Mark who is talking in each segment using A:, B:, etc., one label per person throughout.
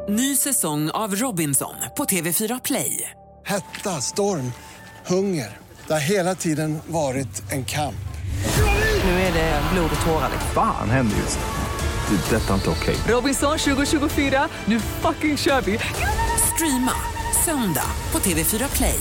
A: Ny säsong av Robinson på TV4 Play.
B: Hetta, storm, hunger. Det har hela tiden varit en kamp.
A: Nu är det blod och tårar.
C: Fan händer just nu. Det. Detta är inte okej.
A: Robinson 2024, nu fucking kör vi. Streama söndag på TV4 Play.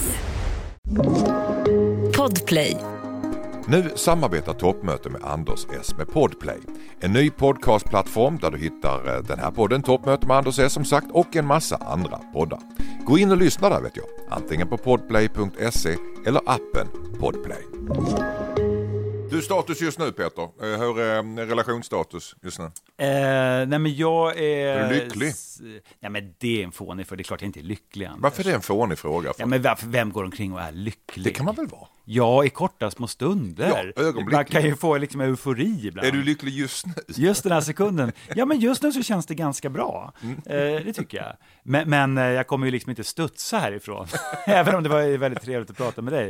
A: Podplay.
D: Nu samarbetar Toppmöte med Anders S med Podplay. En ny podcastplattform där du hittar den här podden Toppmöte med Anders S som sagt och en massa andra poddar. Gå in och lyssna där vet jag. Antingen på podplay.se eller appen Podplay. Du, status just nu Peter. Hur är relationsstatus just nu?
E: Nej men jag
D: Är du lycklig?
E: Nej men det är en fånig, för det är klart jag inte är lycklig. Anders.
D: Varför är det en fånig fråga?
E: Ja men vem går omkring och är lycklig?
D: Det kan man väl vara?
E: Ja, i korta små stunder.
D: Ja, ögonblickligen.
E: Man kan ju få liksom eufori ibland.
D: Är du lycklig just nu?
E: Just den här sekunden. Ja, men just nu så känns det ganska bra. Det tycker jag. Men jag kommer ju liksom inte studsa härifrån. Även om det var väldigt trevligt att prata med dig.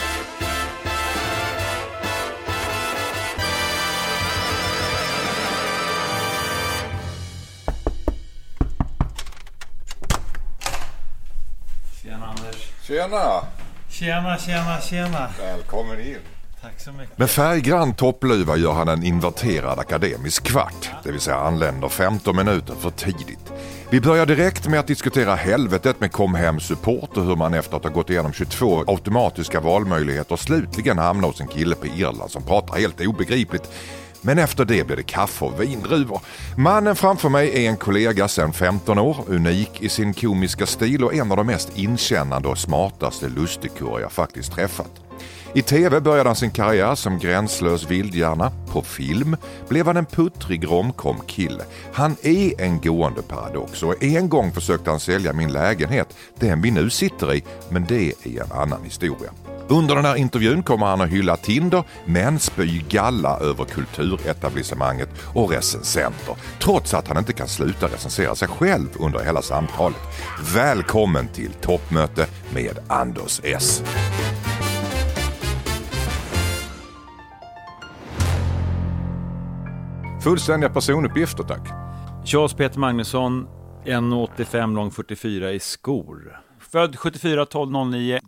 E: Tjena Anders.
D: Tjena!
E: Tjena.
D: Välkommen in.
E: Tack så mycket.
D: Med färggrann toppluva gör han en inverterad akademisk kvart, det vill säga anländer 15 minuter för tidigt. Vi börjar direkt med att diskutera helvetet med Comhem-support och hur man efter att ha gått igenom 22 automatiska valmöjligheter slutligen hamnar hos en kille på Irland som pratar helt obegripligt. Men efter det blir det kaffe och vindruvor. Mannen framför mig är en kollega sedan 15 år, unik i sin komiska stil och en av de mest inkännande och smartaste lustigkurrar jag faktiskt träffat. I tv började han sin karriär som gränslös vildhjärna. På film blev han en puttrig romcom-kille. Han är en gående paradox och en gång försökte han sälja min lägenhet, den vi nu sitter i, men det är en annan historia. Under den här intervjun kommer han att hylla Tinder, men spy galla över kulturetablissemanget och recensenter, trots att han inte kan sluta recensera sig själv under hela samtalet. Välkommen till Toppmöte med Anders S. Fullständiga personuppgifter, tack.
E: Charles Peter Magnusson, 1,85 lång, 44 i skor. Född 74, 1209,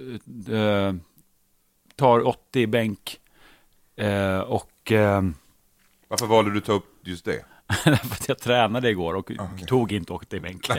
E: tar 80 i bänk och...
D: Varför valde du ta upp just det?
E: För att jag tränade igår och tog inte 80 i bänk.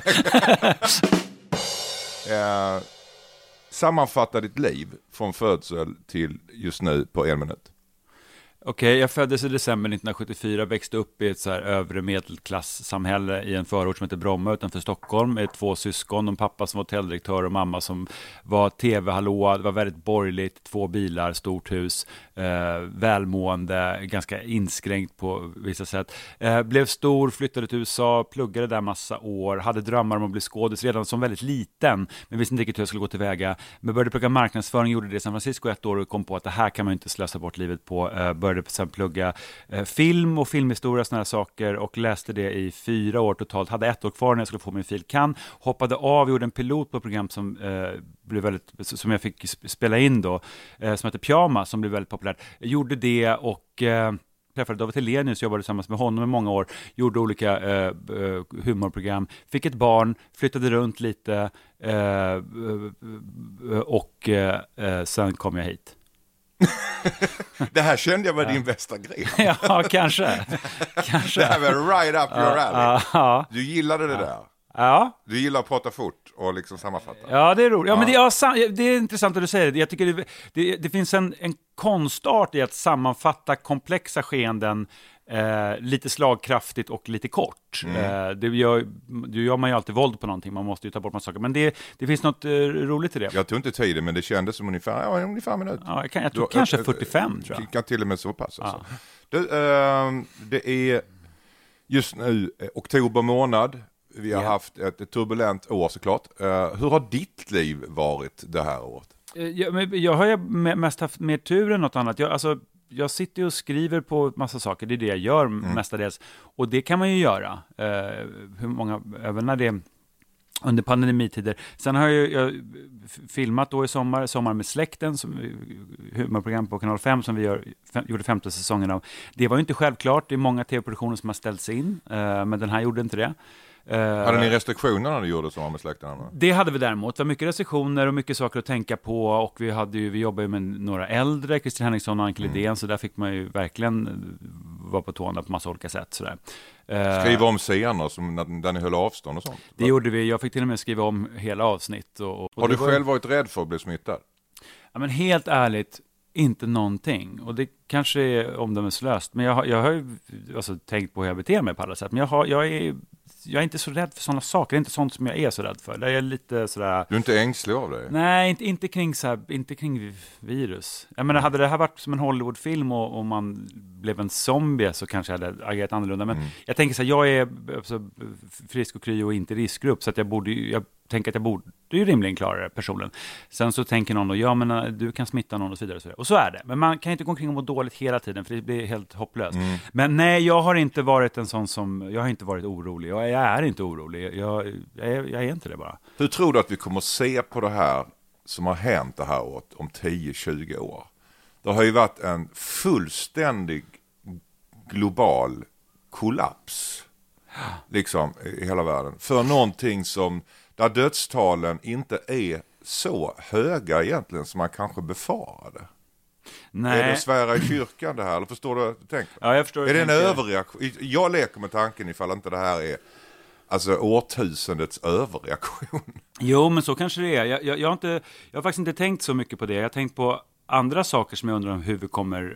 D: Sammanfatta ditt liv från födsel till just nu på 1 minut.
E: Okej, jag föddes i december 1974, växte upp i ett så här övre medelklasssamhälle i en förort som heter Bromma utanför Stockholm med 2 syskon, en pappa som var hotelldirektör och mamma som var tv-hallåa. Det var väldigt borgerligt, 2 bilar, stort hus, välmående, ganska inskränkt på vissa sätt. Blev stor, flyttade till USA, pluggade där massa år, hade drömmar om att bli skådis redan som väldigt liten, men visste inte riktigt hur jag skulle gå tillväga. Men började plugga marknadsföring, gjorde det i San Francisco 1 år och kom på att det här kan man ju inte slösa bort livet på. Började sen plugga film och filmhistoria, såna här saker, och läste det i 4 år totalt. Hade 1 år kvar när jag skulle få min fil.kand. Hoppade av, gjorde en pilot på ett program som blev väldigt, som jag fick spela in då, som heter Pyjamas, som blev väldigt populärt. Jag gjorde det och träffade David Hellenius, jobbade tillsammans med honom i många år, gjorde olika humorprogram, fick ett barn, flyttade runt lite och sen kom jag hit.
D: Det här kände jag var din bästa grej.
E: Ja, kanske.
D: Det här var right up your alley. Du gillade det där.
E: Ja.
D: Du gillar att prata fort och liksom sammanfatta.
E: Ja, det är roligt. Ja, men det är intressant att du säger det. Jag tycker det finns en konstart i att sammanfatta komplexa skeenden lite slagkraftigt och lite kort. Det gör man ju alltid våld på någonting. Man måste ju ta bort massa saker. Men det finns något roligt i det.
D: Jag tog inte tiden, men det kändes som ungefär en minut.
E: Ja, jag tror kanske 45, tror jag.
D: Kan till och med så pass. Alltså. Det är just nu oktober månad. Vi har haft ett turbulent år såklart. Hur har ditt liv varit det här året?
E: Jag har ju mest haft mer tur än något annat. Jag sitter och skriver på massa saker. Det är det jag gör mestadels. Och det kan man ju göra. Även när det är under pandemitider. Sen har jag filmat då i Sommar med släkten, som humorprogram på Kanal 5 som vi gjorde 5:e säsongen av. Det var ju inte självklart. Det är många tv-produktioner som har ställts in. Men den här gjorde inte det.
D: Hade ni restriktioner när du gjorde så med släkterna?
E: Det hade vi däremot. Det var mycket restriktioner och mycket saker att tänka på. Och vi jobbade ju med några äldre, Christer Henriksson och Anke Lidén, så där fick man ju verkligen vara på tårna på massa olika sätt. Sådär.
D: Skriva om scener där ni höll avstånd och sånt?
E: Det gjorde vi. Jag fick till och med skriva om hela avsnitt. Och
D: har du själv varit rädd för att bli smittad?
E: Ja, men helt ärligt, inte någonting. Och det kanske är omdömeslöst. Men jag har ju tänkt på hur jag beter mig på alla sätt. Men jag är inte så rädd för sådana saker. Det är inte sånt som jag är så rädd för. Det är lite sådär...
D: Du är inte ängslig av det?
E: Nej, inte kring virus. Jag menar, hade det här varit som en Hollywoodfilm och man blev en zombie så kanske jag hade agerat annorlunda. Men jag tänker så här, jag är frisk och kry och inte riskgrupp. Så att jag tänker att jag borde ju rimligen klara det personligen. Sen så tänker någon då, du kan smitta någon och så vidare. Och så är det. Men man kan inte gå omkring och må dåligt hela tiden för det blir helt hopplöst. Men nej, jag har inte varit en sån som, jag har inte varit orolig. Jag är inte orolig. Jag är inte det bara.
D: Hur tror du att vi kommer se på det här som har hänt det här året om 10-20 år? Det har ju varit en fullständig global kollaps liksom i hela världen. För någonting som där dödstalen inte är så höga egentligen som man kanske befarade. Nej. Är det att svära i kyrkan det här? Eller förstår du vad jag tänker?
E: Ja, jag förstår.
D: Är det en överreaktion? Jag leker med tanken ifall inte det här är årtusendets överreaktion.
E: Jo, men så kanske det är. Jag har faktiskt inte tänkt så mycket på det. Jag har tänkt på andra saker som jag undrar om hur vi kommer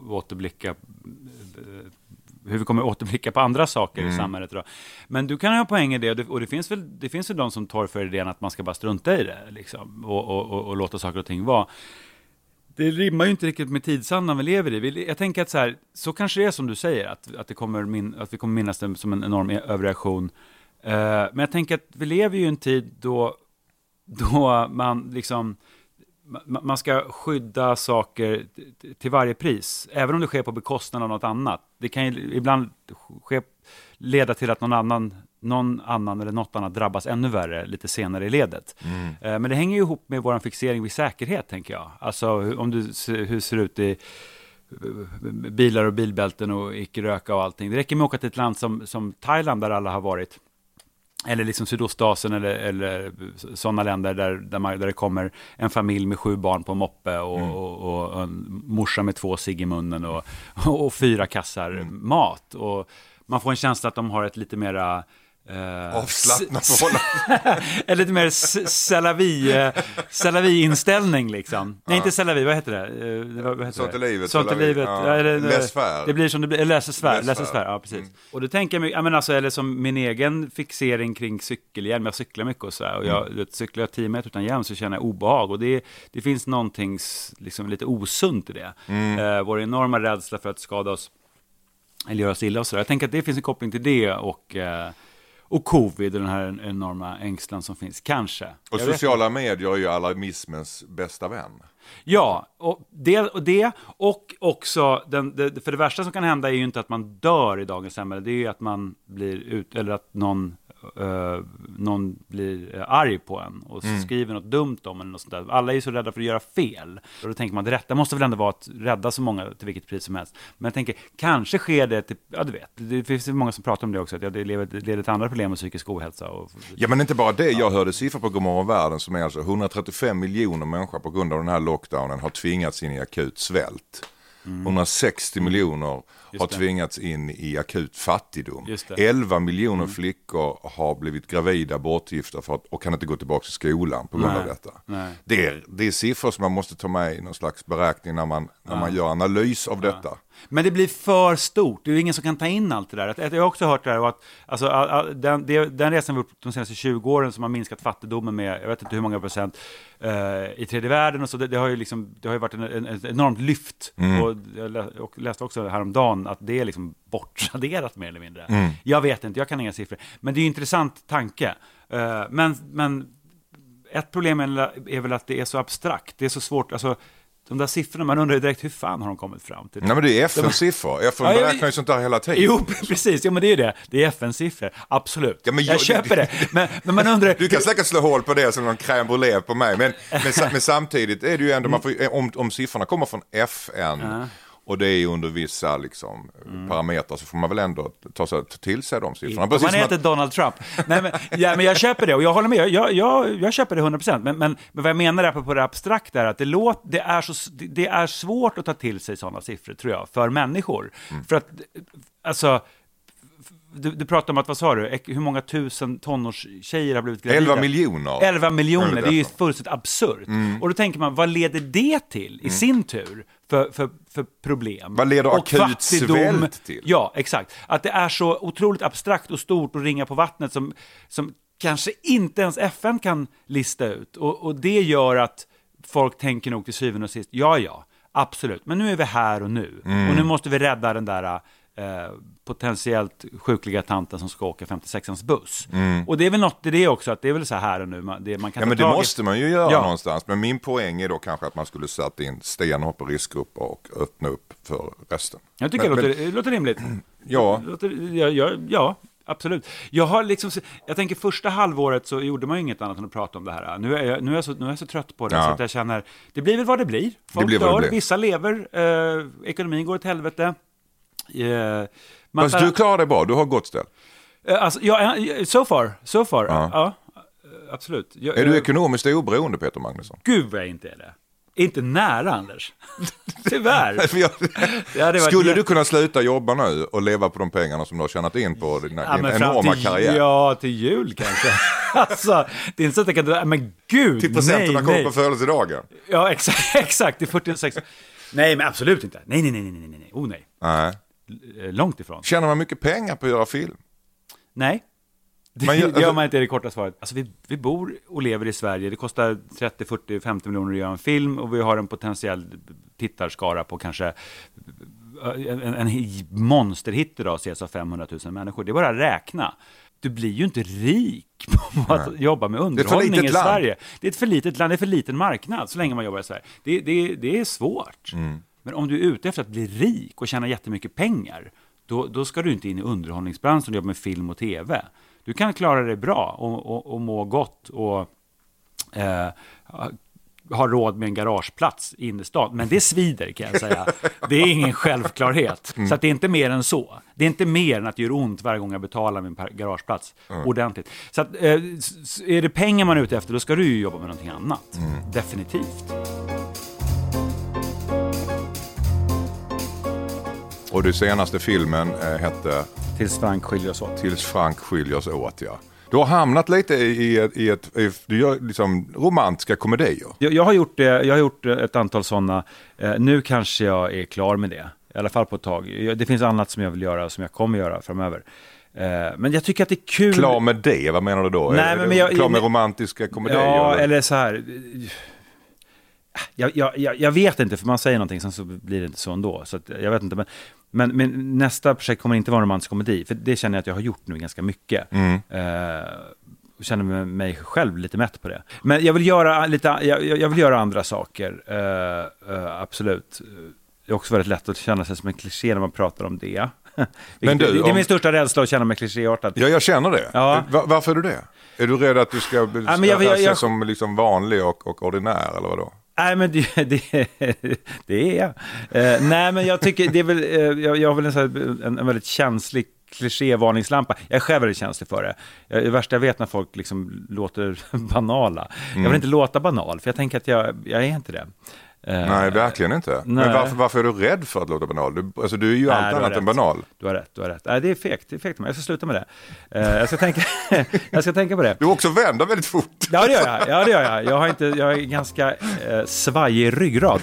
E: återblicka på andra saker i samhället idag. Men du kan ha poäng i det, och det finns väl de som tar för idén att man ska bara strunta i det liksom, och låta saker och ting vara. Det rimmar ju inte riktigt med tidsandan vi lever i. Jag tänker att så kanske det är som du säger, att vi kommer minnas det som en enorm överreaktion. Men jag tänker att vi lever ju i en tid då man liksom man ska skydda saker till varje pris, även om det sker på bekostnad av något annat. Det kan ju ibland leda till att någon annan eller något annat drabbas ännu värre lite senare i ledet. Men det hänger ju ihop med vår fixering vid säkerhet, tänker jag. Alltså om hur det ser ut i bilar och bilbälten och icke-röka och allting. Det räcker med att åka till ett land som Thailand där alla har varit. Eller liksom Sydostasien eller sådana länder där det kommer en familj med 7 barn på en moppe och en morsa med 2 cigg i munnen och 4 kassar mat. Och man får en känsla att de har ett lite mera
D: avslappnat förhållande.
E: Eller lite mer Salavi-inställning liksom. Nej, inte Salavi, vad heter det?
D: Sånt i livet.
E: Sånt i livet.
D: Läsfär.
E: Det blir som det blir, läsesfär, ja precis. Och det tänker jag mig, eller som min egen fixering kring cykelhjälm. Jag cyklar mycket och så här, och jag cyklar 10 meter utan hjälm så känner jag obehag, och det finns någonting liksom lite osunt i det. Vår enorma rädsla för att skada oss eller göra oss illa och så där. Jag tänker att det finns en koppling till det och covid och den här enorma ängslan som finns, kanske.
D: Och sociala medier är ju alarmismens bästa vän.
E: Ja, och också för det värsta som kan hända är ju inte att man dör i dagens samhälle, det är ju att man blir eller att någon blir arg på en och skriver något dumt om en och sånt där. Alla är ju så rädda för att göra fel. Och då tänker man, det rätta måste väl ändå vara att rädda så många till vilket pris som helst. Men jag tänker, kanske sker det till, det finns många som pratar om det också, att det leder till andra problem med psykisk ohälsa.
D: Ja, men inte bara det. Jag hörde siffror på Godmorgon Världen som är alltså 135 miljoner människor på grund av den här lockdownen har tvingats in i akut svält. 160 miljoner har tvingats in i akut fattigdom. 11 miljoner flickor har blivit gravida, bortgifta och kan inte gå tillbaka till skolan på grund av detta. Det är siffror som man måste ta med i någon slags beräkning när man gör analys av detta.
E: Men det blir för stort. Det är ju ingen som kan ta in allt det där. Jag har också hört det här, att den resan vi gjort de senaste 20 åren som har minskat fattigdomen med, jag vet inte hur många procent i tredje världen och så, det har ju varit ett enormt lyft. Och jag läste också häromdagen att det är liksom bortraderat mer eller mindre. Jag vet inte, jag kan inga siffror. Men det är ju en intressant tanke. Men ett problem är väl att det är så abstrakt. Det är så svårt, alltså de där siffrorna, man undrar ju direkt hur fan har de kommit fram till det?
D: Nej, men det är FN-siffror. FN beräknar ju sånt där hela tiden.
E: Jo, precis. Ja, men det är ju det. Det är FN-siffror. Absolut. Ja, men jag köper det. Men man undrar...
D: Du kan säkert slå hål på det som någon crème brûlée på mig. Men samtidigt är det ju ändå, om siffrorna kommer från FN och det är under vissa liksom, parametrar, så får man väl ändå ta till sig de siffrorna.
E: Man heter Donald Trump. Nej, men jag köper det, och jag håller med. Jag köper det 100%. Men vad jag menar är på det abstrakta är att det är svårt att ta till sig sådana siffror, tror jag, för människor. För att, alltså... Du pratar om att, vad sa du? Hur många tusen tonårstjejer har blivit gravida?
D: 11 miljoner.
E: 11 miljoner, det är ju fullständigt absurt. Och då tänker man, vad leder det till i sin tur för problem?
D: Vad leder akut svält till?
E: Ja, exakt. Att det är så otroligt abstrakt och stort och ringa på vattnet som kanske inte ens FN kan lista ut. Och det gör att folk tänker nog till syvende och sist, ja, absolut. Men nu är vi här och nu. Och nu måste vi rädda den där... potentiellt sjukliga tanten som ska åka 56ans buss. Och det är väl något i det också, att det är väl så här nu det man kan
D: men det måste man ju göra någonstans. Men min poäng är då kanske att man skulle sätta in stenhopp och riskgrupper och öppna upp för resten.
E: Jag tycker det låter rimligt.
D: Ja.
E: Ja, absolut. Jag tänker första halvåret så gjorde man ju inget annat än att prata om det här. Nu är jag så trött på det så att jag känner, det blir väl vad det blir. Folk dör, vissa lever, ekonomin går åt helvete.
D: Fast du klarar dig bra, du har gott ställ.
E: Alltså, so far. Ja, absolut.
D: Är du ekonomiskt oberoende, Peter Magnusson?
E: Gud vad jag inte är det. Inte nära, Anders. Tyvärr.
D: Skulle du kunna sluta jobba nu och leva på de pengarna som du har tjänat in på din enorma karriär?
E: Ja, till jul kanske. Alltså, det är inte så att jag kan... Men gud,
D: till presenterna kommer på födelsedagen.
E: Ja, exakt. Det är 46. Nej, men absolut inte. Nej. Oh, nej.
D: Nej.
E: Långt ifrån.
D: Tjänar man mycket pengar på att göra film?
E: Nej. Det gör man inte i det korta svaret. Alltså vi bor och lever i Sverige. Det kostar 30, 40, 50 miljoner att göra en film. Och vi har en potentiell tittarskara på kanske en monsterhit idag, ses av 500 000 människor. Det är bara att räkna. Du blir ju inte rik på att jobba med underhållning i Sverige. Det är ett för litet land, det är för liten marknad så länge man jobbar i Sverige. Det är svårt. Men om du är ute efter att bli rik och tjäna jättemycket pengar, då ska du inte in i underhållningsbranschen och jobba med film och tv. Du kan klara dig bra och må gott och ha råd med en garageplats in i stan. Men det svider, kan jag säga. Det är ingen självklarhet. Så att det är inte mer än så. Det är inte mer än att det gör ont varje gång jag betalar min garageplats ordentligt. Så att, är det pengar man är ute efter, då ska du ju jobba med någonting annat. Definitivt.
D: Och den senaste filmen hette...
E: Tills Frank skiljer oss åt.
D: Tills Frank skiljer oss åt, ja. Du har hamnat lite i du gör liksom romantiska komedier.
E: Jag har gjort det. Jag har gjort ett antal sådana. Nu kanske jag är klar med det. I alla fall på ett tag. Det finns annat som jag vill göra, som jag kommer göra framöver. Men jag tycker att det är kul.
D: Klar med det? Vad menar du då?
E: Nej, men
D: klar med romantiska komedier?
E: Ja, eller så här... Jag vet inte, för man säger någonting sen så blir det inte så ändå. Så att, jag vet inte, men nästa projekt kommer inte vara en romantisk komedi. För det känner jag att jag har gjort nu ganska mycket. Och känner mig själv lite mätt på det. Men jag vill göra andra saker. Absolut. Det är också väldigt lätt att känna sig som en kliché när man pratar om det. Men det är min största rädsla att känna mig klichéartad.
D: Ja, jag känner det. Ja. Varför är du det? Är du rädd att du ska se som liksom vanlig och ordinär, eller vadå?
E: Nej, men det är jag. Nej, men jag tycker det är väl jag har väl en väldigt känslig klichévarningslampa. Jag är själv väldigt känslig för det. Det värsta jag vet när folk liksom låter banala. Jag vill inte låta banal, för jag tänker att jag är inte det.
D: Nej, verkligen inte. Nej. Men varför är du rädd för att låta banal? Du är ju allt annat än banal.
E: Du har rätt. Nej, det är fegt. Jag ska sluta med det. Jag ska tänka på det.
D: Du också vänder väldigt fort.
E: Ja, det gör jag. Jag är ganska svajig ryggrad.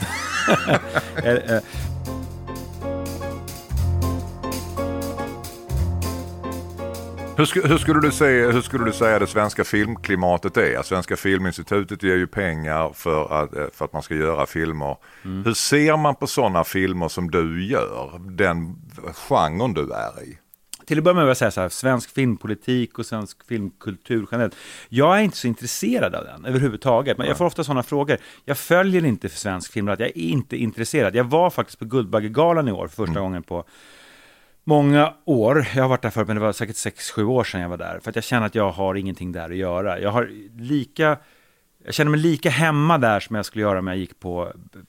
D: Hur skulle du säga det svenska filmklimatet är? Svenska Filminstitutet ger ju pengar för att man ska göra filmer. Hur ser man på sådana filmer som du gör? Den genren du är i?
E: Till att börja med vill jag säga så här, svensk filmpolitik och svensk filmkultur generellt. Jag är inte så intresserad av den överhuvudtaget, men jag får ofta sådana frågor. Jag följer inte för svensk film, att jag är inte intresserad. Jag var faktiskt på Guldbaggegalan i år för första gången på många år. Jag har varit där förut, men det var säkert 6-7 år sedan jag var där. För att jag känner att jag har ingenting där att göra. Jag känner mig lika hemma där som jag skulle göra om jag gick på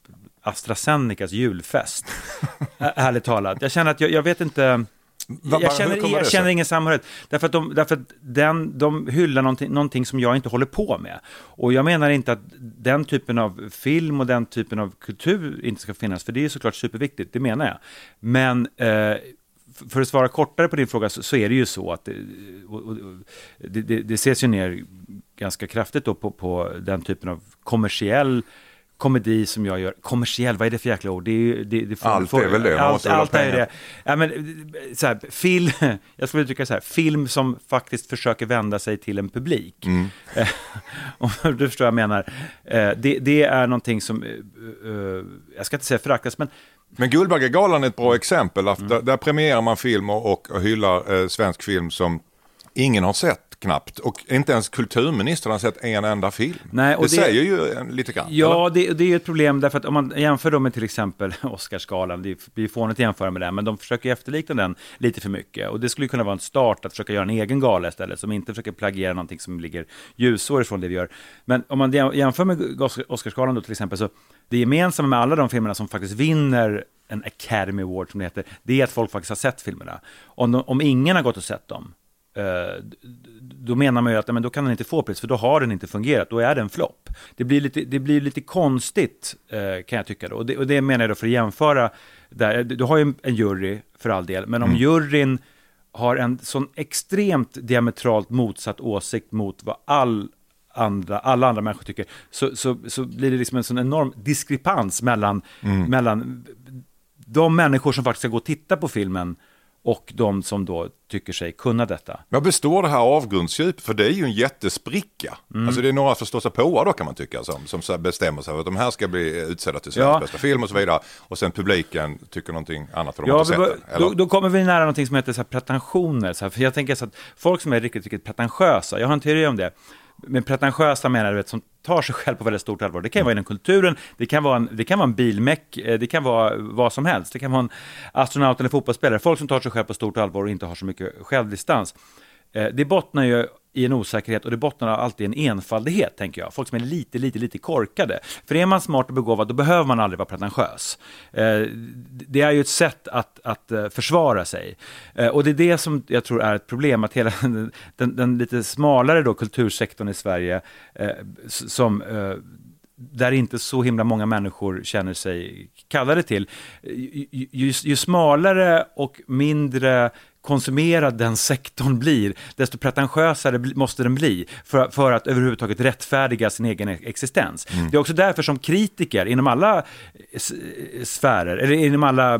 E: AstraZenecas julfest. Ärligt talat. Jag känner att jag vet inte... Jag känner ingen samhörighet. Därför att de hyllar någonting som jag inte håller på med. Och jag menar inte att den typen av film och den typen av kultur inte ska finnas. För det är såklart superviktigt, det menar jag. Men... för att svara kortare på din fråga så är det ju så att det ses ju ner ganska kraftigt då på den typen av kommersiell komedi som jag gör. Kommersiell, vad är det för jäkla ord?
D: Allt är väl det.
E: Allt är det. Ja, men, så här, jag skulle uttrycka så här, film som faktiskt försöker vända sig till en publik. Om du förstår vad jag menar. Det är någonting som, jag ska inte säga föraktas,
D: men Guldbaggegalan är ett bra exempel. Där premierar man film och hyllar svensk film som ingen har sett knappt. Och inte ens kulturministern har sett en enda film. Nej, det säger ju lite grann.
E: Ja, det är ju ett problem därför att om man jämför då med till exempel Oscarsgalan, det blir fånigt att jämföra med den, men de försöker efterlikna den lite för mycket. Och det skulle kunna vara en start att försöka göra en egen gala istället, som inte försöker plagiera någonting som ligger ljusår ifrån det vi gör. Men om man jämför med Oscarsgalan då till exempel, så det gemensamma med alla de filmerna som faktiskt vinner en Academy Award som det heter, det är att folk faktiskt har sett filmerna. Om ingen har gått och sett dem, då menar man ju att men då kan den inte få pris, för då har den inte fungerat, då är den flopp. Det blir lite konstigt, kan jag tycka då. Och det menar jag då för att jämföra där. Du har ju en jury för all del, men om juryn har en sån extremt diametralt motsatt åsikt mot vad alla andra människor tycker, så blir det liksom en sån enorm diskrepans mellan de människor som faktiskt ska gå och titta på filmen och de som då tycker sig kunna detta.
D: Vad består det här avgrundsdjup? För det är ju en jättespricka. Alltså det är några förståsigpåare då kan man tycka som bestämmer sig för att de här ska bli utsedda till Sveriges bästa film och så vidare. Och sen publiken tycker någonting annat för de har inte sett det.
E: Då kommer vi nära någonting som heter så här pretensioner. Så här, för jag tänker så att folk som är riktigt pretentiösa, jag har en teori om det. Men pretentiösa menar du som tar sig själv på väldigt stort allvar. Det kan vara inom kulturen, det kan vara en bilmäck, det kan vara vad som helst. Det kan vara en astronaut eller fotbollsspelare. Folk som tar sig själv på stort allvar och inte har så mycket självdistans. Det bottnar ju i en osäkerhet och det bottnar alltid i en enfaldighet, tänker jag. Folk som är lite korkade. För är man smart och begåvad, då behöver man aldrig vara pretentiös. Det är ju ett sätt att försvara sig. Och det är det som jag tror är ett problem, att hela den lite smalare då kultursektorn i Sverige som... där inte så himla många människor känner sig kallade till. Ju smalare och mindre konsumerad den sektorn blir, desto pretentiösare måste den bli för att överhuvudtaget rättfärdiga sin egen existens. Det är också därför som kritiker inom alla sfärer, eller inom alla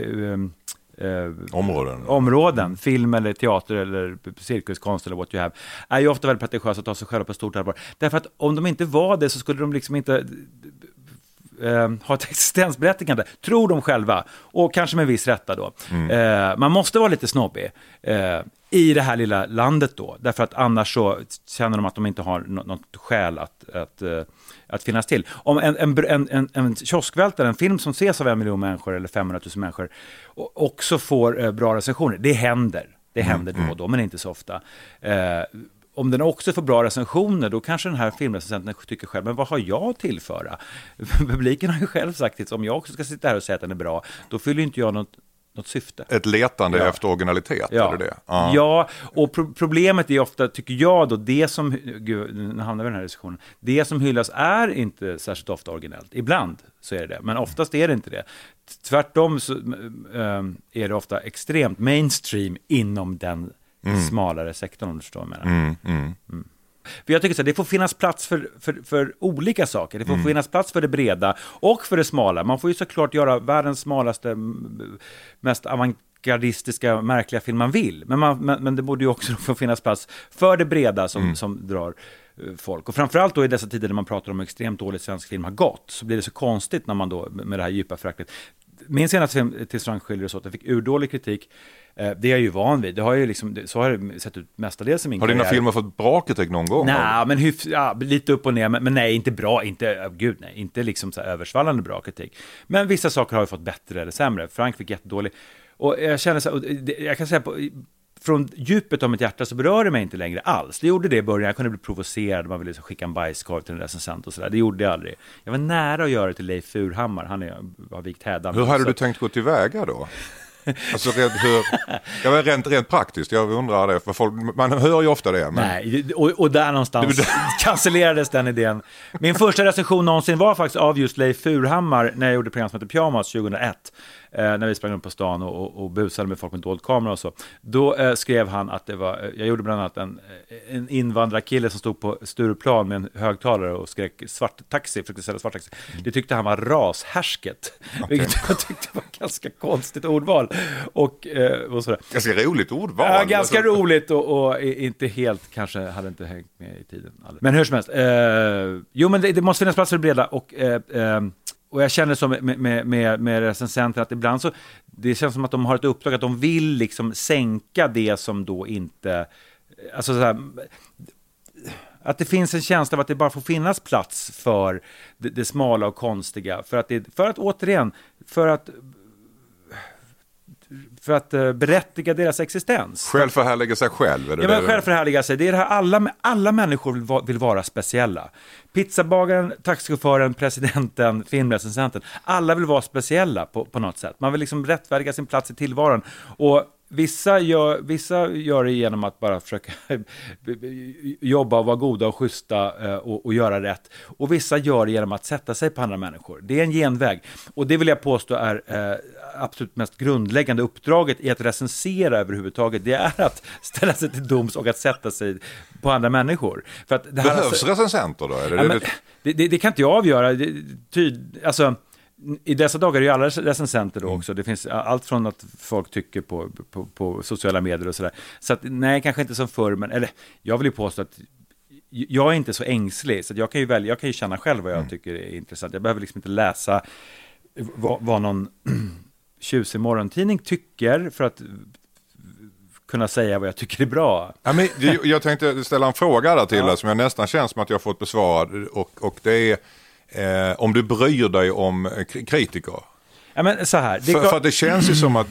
E: områden, film eller teater eller cirkuskonst eller what you have, är ju ofta väldigt pretentiösa att ta sig själva på stort allvar. Därför att om de inte var det så skulle de liksom inte ha ett existensberättigande, tror de själva, och kanske med viss rätta då. Man måste vara lite snobbig i det här lilla landet då, därför att annars så känner de att de inte har något skäl att finnas till. Om en kioskvältare, en film som ses av 1 miljon människor eller 500 000 människor också får bra recensioner, det händer då och då, men inte så ofta. Om den också får bra recensioner, då kanske den här filmrecensenten tycker själv, men vad har jag att tillföra? Publiken har ju själv sagt att om jag också ska sitta här och säga att den är bra, då fyller inte jag något syfte.
D: Ett letande efter originalitet, är det?
E: Ja, och problemet är ofta, tycker jag då, det som, nu hamnar vi i den här diskussionen, det som hyllas är inte särskilt ofta originellt. Ibland så är det, men oftast är det inte det. Tvärtom så är det ofta extremt mainstream inom den smalare sektorn, om du förstår vad jag menar. För jag tycker så här, det får finnas plats för olika saker. Det får finnas plats för det breda och för det smala. Man får ju såklart göra världens smalaste, mest avantgardistiska, märkliga film man vill. Men det borde ju också få finnas plats för det breda som drar folk. Och framförallt då i dessa tider när man pratar om hur extremt dåligt svensk film har gått, så blir det så konstigt när man då med det här djupa föraktet. Min senaste film till Strang skiljer så att jag fick urdålig kritik. Det är jag ju van vid. Det har ju liksom, så har det sett ut mestadels i min karriär.
D: Har dina filmer fått bra kritik någon gång?
E: Nej, men lite upp och ner. Men nej, inte bra. Inte liksom så här översvallande bra kritik. Men vissa saker har ju fått bättre eller sämre. Frank fick jättedålig. Och jag känner så här, jag kan säga från djupet av mitt hjärta så berör det mig inte längre alls. Det gjorde det i början, jag kunde bli provocerad, man ville så skicka en bajskorv till en recensent och sådär. Det gjorde jag aldrig. Jag var nära att göra det till Leif Furhammar, han har vikt hädan.
D: Hur hade du tänkt gå tillväga då? Alltså rent praktiskt, jag undrar det, för folk, man hör ju ofta det. Men...
E: Nej, och där någonstans cancellerades den idén. Min första recension någonsin var faktiskt av just Leif Furhammar när jag gjorde program som heter Pyjamas 2001. När vi sprang upp på stan och busade med folk med dold kamera och så. Då skrev han att det var, jag gjorde bland annat en invandrarkille som stod på Stureplan med en högtalare och skrek svart taxi, försökte sälja svart taxi. Det tyckte han var rashärsket. Vilket jag tyckte var ganska konstigt ordval. Och sådär.
D: Ganska roligt ordval.
E: Ja, ganska roligt och inte helt, kanske hade inte hängt med i tiden. Men hur som helst. Jo, men det måste finnas plats för det breda och jag känner som med recensenter att ibland så det känns som att de har ett uppdrag att de vill liksom sänka det som då inte, alltså så här, att det finns en känsla av att det bara får finnas plats för det smala och konstiga för att berättiga deras existens.
D: Självförhärliga sig själv. Är det
E: men självförhärliga sig. Det är det här alla människor vill vara speciella. Pizzabagaren, taxichauffören, presidenten, filmrecensenten. Alla vill vara speciella på något sätt. Man vill liksom rättfärdiga sin plats i tillvaron. Och vissa gör det genom att bara försöka jobba och vara goda och schyssta och göra rätt. Och vissa gör det genom att sätta sig på andra människor. Det är en genväg. Och det vill jag påstå är absolut mest grundläggande uppdraget i att recensera överhuvudtaget. Det är att ställa sig till doms och att sätta sig på andra människor. För att det här
D: behövs recensenter då? Är
E: det kan inte jag avgöra. Alltså... I dessa dagar är ju alla recensenter då också. Det finns allt från att folk tycker på sociala medier och sådär. Så att, nej, kanske inte som förr, men eller, jag vill ju påstå att jag är inte så ängslig, så att jag kan ju känna själv vad jag tycker är intressant. Jag behöver liksom inte läsa vad någon tjusig morgontidning tycker för att kunna säga vad jag tycker är bra.
D: Ja, men jag tänkte ställa en fråga där till som jag nästan känns som att jag har fått besvarad, och det är om du bryr dig om kritiker.
E: Ja, men så här,
D: för det känns ju som att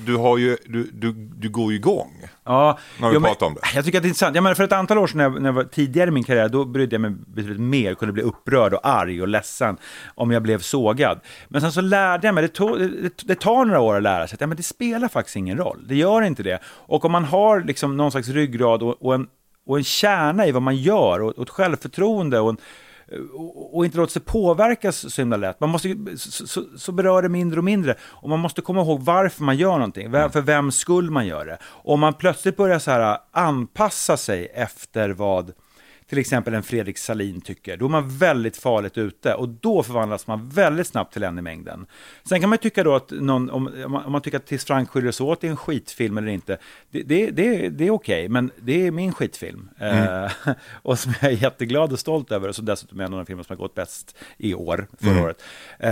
D: du går ju igång.
E: Ja,
D: när vi pratar om det.
E: Jag tycker att det är intressant. Men för ett antal år sedan när jag var tidigare i min karriär, då brydde jag mig betydligt mer, kunde bli upprörd och arg och ledsen om jag blev sågad. Men sen så lärde jag mig, det tar några år att lära sig att men det spelar faktiskt ingen roll. Det gör inte det. Och om man har liksom någon slags ryggrad och en kärna i vad man gör och ett självförtroende och inte låta sig påverkas så himla lätt. Man måste, så berör det mindre och mindre. Och man måste komma ihåg varför man gör någonting. För vem skull man gör det. Och om man plötsligt börjar så här anpassa sig efter vad till exempel en Fredrik Sahlin tycker, då är man väldigt farligt ute. Och då förvandlas man väldigt snabbt till en i mängden. Sen kan man tycka då att om man tycker att Tills Frank skiljer sig åt är en skitfilm eller inte. Det är okej, men det är min skitfilm. Och som jag är jätteglad och stolt över. Och så dessutom är en av de filmer som har gått bäst i år, förra året.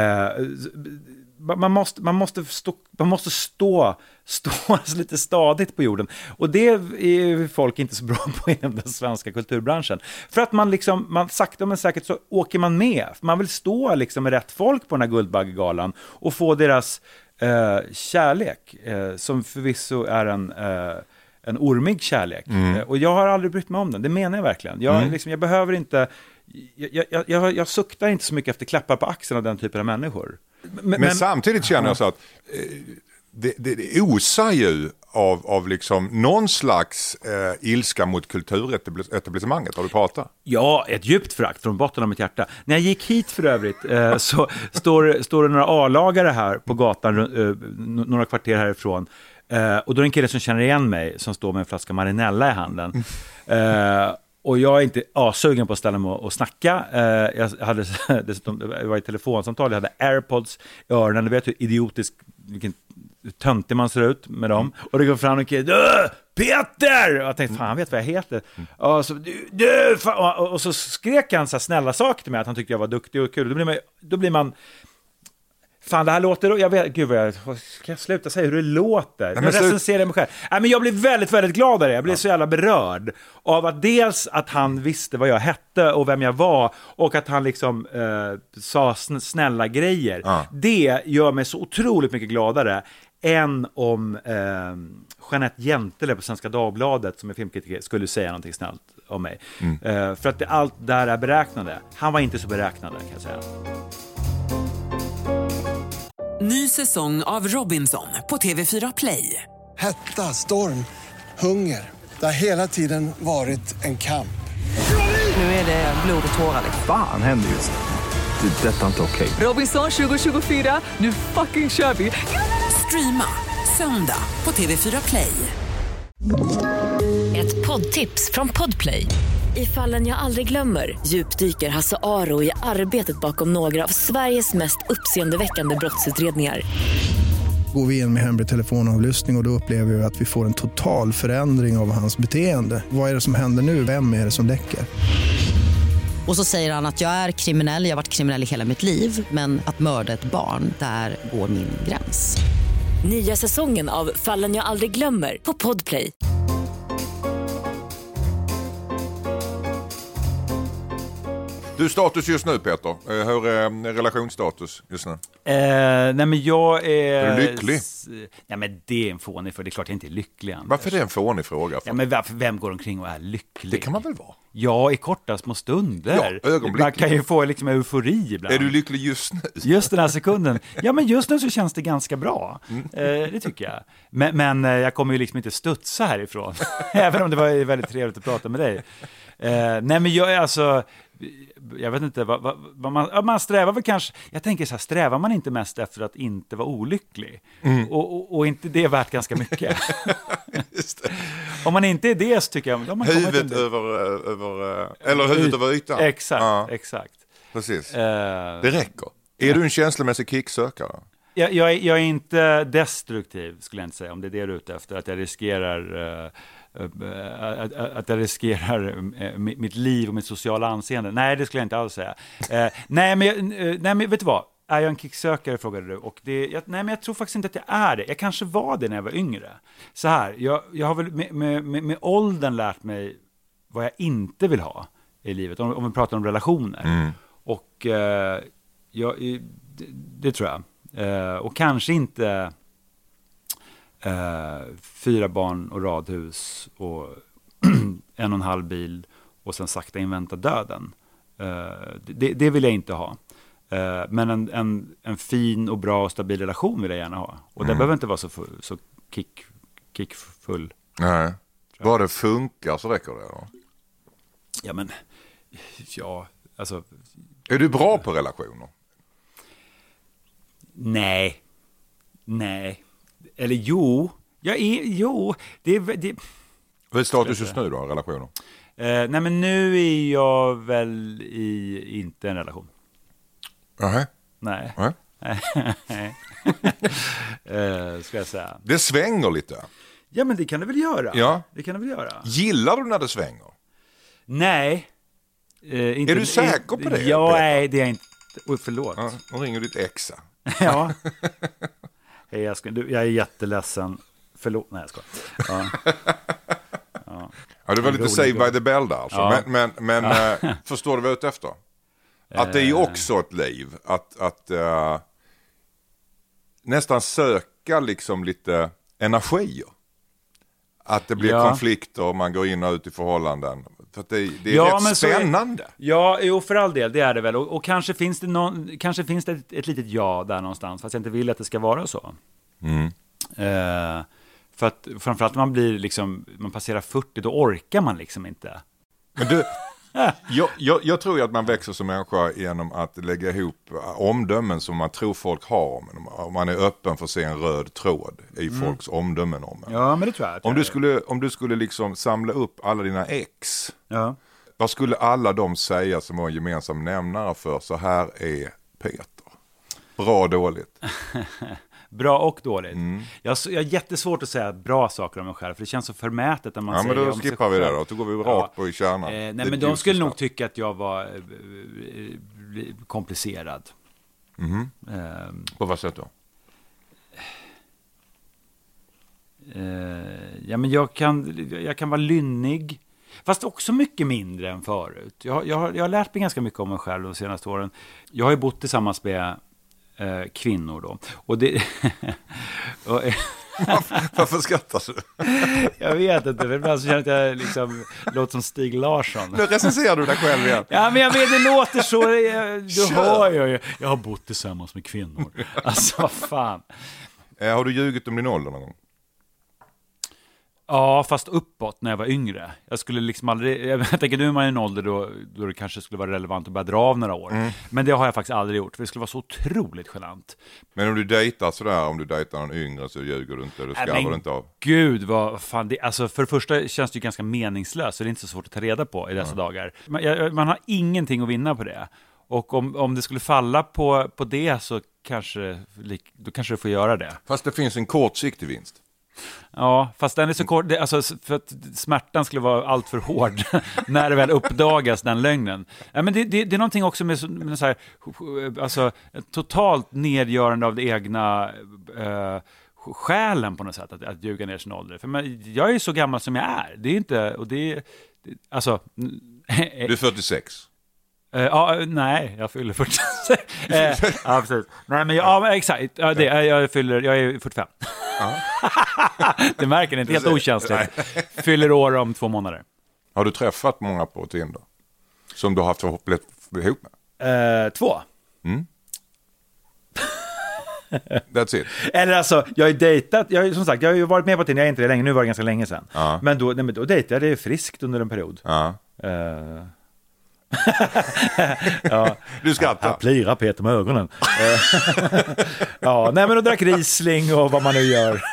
E: Man måste stå lite stadigt på jorden. Och det är folk inte så bra på inom den svenska kulturbranschen. För att man sakta men säkert så åker man med. Man vill stå liksom med rätt folk på den här Guldbaggegalan och få deras kärlek, som förvisso är en ormig kärlek. Och jag har aldrig brytt mig om den. Det menar jag verkligen. Jag behöver inte... Jag suktar inte så mycket efter klappar på axeln av den typen av människor.
D: Men samtidigt känner jag så att det osar ju av liksom någon slags ilska mot kulturetablissemanget. Har du pratat?
E: Ja, ett djupt förakt från botten av mitt hjärta. När jag gick hit för övrigt så står det några A-lagare här på gatan några kvarter härifrån. Och då är det en kille som känner igen mig som står med en flaska Marinella i handen. Och jag är inte sugen på att ställa mig och snacka. Jag hade dessutom, jag var i telefonsamtal, jag hade AirPods i öronen. Du vet hur idiotisk, vilken töntig man ser ut med dem. Och det går fram en kille, Peter! Och jag tänkte, fan, han vet vad jag heter. Och så, och så skrek han så här snälla saker till mig, att han tyckte jag var duktig och kul. Då blir man fan, det här låter... Jag vet, gud vad jag... Ska jag sluta säga hur det låter? Jag recenserar mig själv. Men jag blev väldigt, väldigt glad av det. Jag blev så jävla berörd av att dels att han visste vad jag hette och vem jag var, och att han liksom sa snälla grejer. Det gör mig så otroligt mycket gladare än om Jeanette Jäntelä på Svenska Dagbladet som är filmkritiker skulle säga någonting snällt om mig. För att allt där är beräknande. Han var inte så beräknande, kan jag säga.
A: Ny säsong av Robinson på TV4 Play.
B: Hetta, storm, hunger. Det har hela tiden varit en kamp.
A: Nu är det blod och tårar.
C: Fan händer just nu. Det. Detta är inte okej.
A: Robinson 2024, nu fucking kör vi. Streama söndag på TV4 Play.
F: Ett poddtips från Podplay. I Fallen jag aldrig glömmer djupdyker Hasse Aro i arbetet bakom några av Sveriges mest uppseendeväckande brottsutredningar.
G: Går vi in med hemlig telefonavlyssning och då upplever vi att vi får en total förändring av hans beteende. Vad är det som händer nu? Vem är det som läcker?
H: Och så säger han att jag är kriminell, jag har varit kriminell i hela mitt liv. Men att mörda ett barn, där går min gräns.
F: Nya säsongen av Fallen jag aldrig glömmer på Podplay.
D: Du, status just nu, Peter. Hur är relationsstatus just nu?
E: Nej, men jag är
D: du lycklig?
E: Ja, men det är en fånig, för det är klart jag inte är lycklig. Anders.
D: Varför är det en fånig fråga?
E: Ja, men vem går omkring och är lycklig?
D: Det kan man väl vara?
E: Ja, i korta små stunder.
D: Ja, ögonblickligen.
E: Man kan ju få liksom eufori ibland.
D: Är du lycklig just nu?
E: Just den här sekunden. Ja, men just nu så känns det ganska bra. Det tycker jag. Men jag kommer ju liksom inte studsa härifrån. Även om det var väldigt trevligt att prata med dig. Nej, men jag är alltså... Jag vet inte vad man strävar väl kanske. Jag tänker så här, strävar man inte mest efter att inte vara olycklig? Och inte det är värt ganska mycket.
D: Just det.
E: Om man inte är det, så tycker jag då man
D: huvudet över huvudet över ytan.
E: Exakt.
D: Precis. Det räcker. Är du en känslomässig kicksökare?
E: Jag är inte destruktiv, skulle jag inte säga, om det är det du är ute efter, att jag riskerar mitt liv och mitt sociala anseende. Nej, det skulle jag inte alls säga. Nej, men vet du vad? Är jag en kicksökare, frågade du. Och nej, men jag tror faktiskt inte att jag är det. Jag kanske var det när jag var yngre. Så här, jag har väl med åldern lärt mig vad jag inte vill ha i livet. Om vi pratar om relationer. Och det tror jag. Och kanske inte 4 barn och radhus och 1,5 bil och sen sakta invänta döden. Det vill jag inte ha. Men en fin och bra och stabil relation vill jag gärna ha. Och det behöver inte vara så kickfull.
D: Nej. Bara det funkar så räcker det då?
E: Ja, men alltså...
D: Är du bra på relationer?
E: Nej. Eller jo. Det
D: Vad är status just nu då, relationer?
E: Nej, men nu är jag väl inte en relation. Nej. Ska jag säga.
D: Det svänger lite.
E: Ja, men det kan det väl göra.
D: Ja.
E: Det kan det väl göra.
D: Gillar du när det svänger?
E: Nej. Inte,
D: är du säker på det?
E: Ja, nej, det är jag inte. Oj, förlåt.
D: Ja, nu ringer ditt exa.
E: Ja. Hej, jag är jätteledsen. Förlåt, nej jag ska.
D: Ja, det var lite Saved by the Bell där alltså. Ja. Men förstår du vad jag är ute efter? Att det är ju också ett liv. Att nästan söka liksom lite energier. Att det blir konflikter och man går in och ut i förhållanden. För att det är rätt spännande.
E: För all del, det är det väl. Och kanske finns det ett litet ja där någonstans. Fast jag inte vill att det ska vara så. För att framförallt när man blir liksom, man passerar 40, då orkar man liksom inte.
D: Men du, jag tror ju att man växer som människa genom att lägga ihop omdömen som man tror folk har. Om man är öppen för att se en röd tråd i folks omdömen om en.
E: Ja, men det tror jag.
D: Om du skulle liksom samla upp alla dina ex. Ja. Vad skulle alla de säga som var en gemensam nämnare för så här är Peter? Bra, dåligt.
E: Bra och dåligt. Jag har jättesvårt att säga bra saker om mig själv, för det känns så förmätet när man säger
D: men då skippar vi det då. Då går vi rakt på i kärnan.
E: Nej, men de skulle nog tycka att jag var komplicerad.
D: På vad sätt då?
E: Ja, men jag kan vara lynnig, fast också mycket mindre än förut. Jag har lärt mig ganska mycket om mig själv de senaste åren. Jag har ju bott tillsammans med kvinnor då. Och det...
D: Varför skrattar du?
E: Jag vet inte, men ibland så känner jag att jag liksom låter som Stig Larsson.
D: Nu recenserar du dig själv igen.
E: Ja, men jag vet, det låter så. Du har jag har bott tillsammans med kvinnor. Alltså, vad fan.
D: Har du ljugit om din ålder någon gång?
E: Ja, fast uppåt när jag var yngre. Jag skulle liksom aldrig... Jag tänker, nu är man i en ålder då det kanske skulle vara relevant att börja dra av några år. Men det har jag faktiskt aldrig gjort, för det skulle vara så otroligt genant.
D: Men om du dejtar sådär, om du dejtar någon yngre så ljuger du inte, du skarvar du inte av.
E: Gud, vad fan det... Alltså, för det första känns det ju ganska meningslöst, så det är inte så svårt att ta reda på i dessa dagar. Man har ingenting att vinna på det. Och om det skulle falla på det så kanske du får göra det.
D: Fast det finns en kortsiktig vinst.
E: Ja, fast den är så kort, alltså, för att smärtan skulle vara allt för hård när det väl uppdagas, den lögnen. Ja, men det är någonting också med så här, alltså, totalt nedgörande av det egna själen på något sätt, att ljuga ner sin ålder. För jag är ju så gammal som jag är. Det är inte, och det alltså...
D: Du är 46.
E: Nej, jag fyller 46. Ja, precis. Nej, men exakt. Ja, jag är 45. Det märker ni, inte helt okänsligt. Fyller år om 2 månader.
D: Har du träffat många på Tinder som du har haft förhoppligt ihop
E: med? 2.
D: That's it.
E: Eller alltså, jag har dejtat, som sagt, jag har ju varit med på Tinder, jag är inte det länge, nu var det ganska länge sedan. Men då dejtade jag det friskt under en period. Ja.
D: Du skrattar.
E: Jag plirar Peter med ögonen. Ja, nej, men då drack Riesling och vad man nu gör.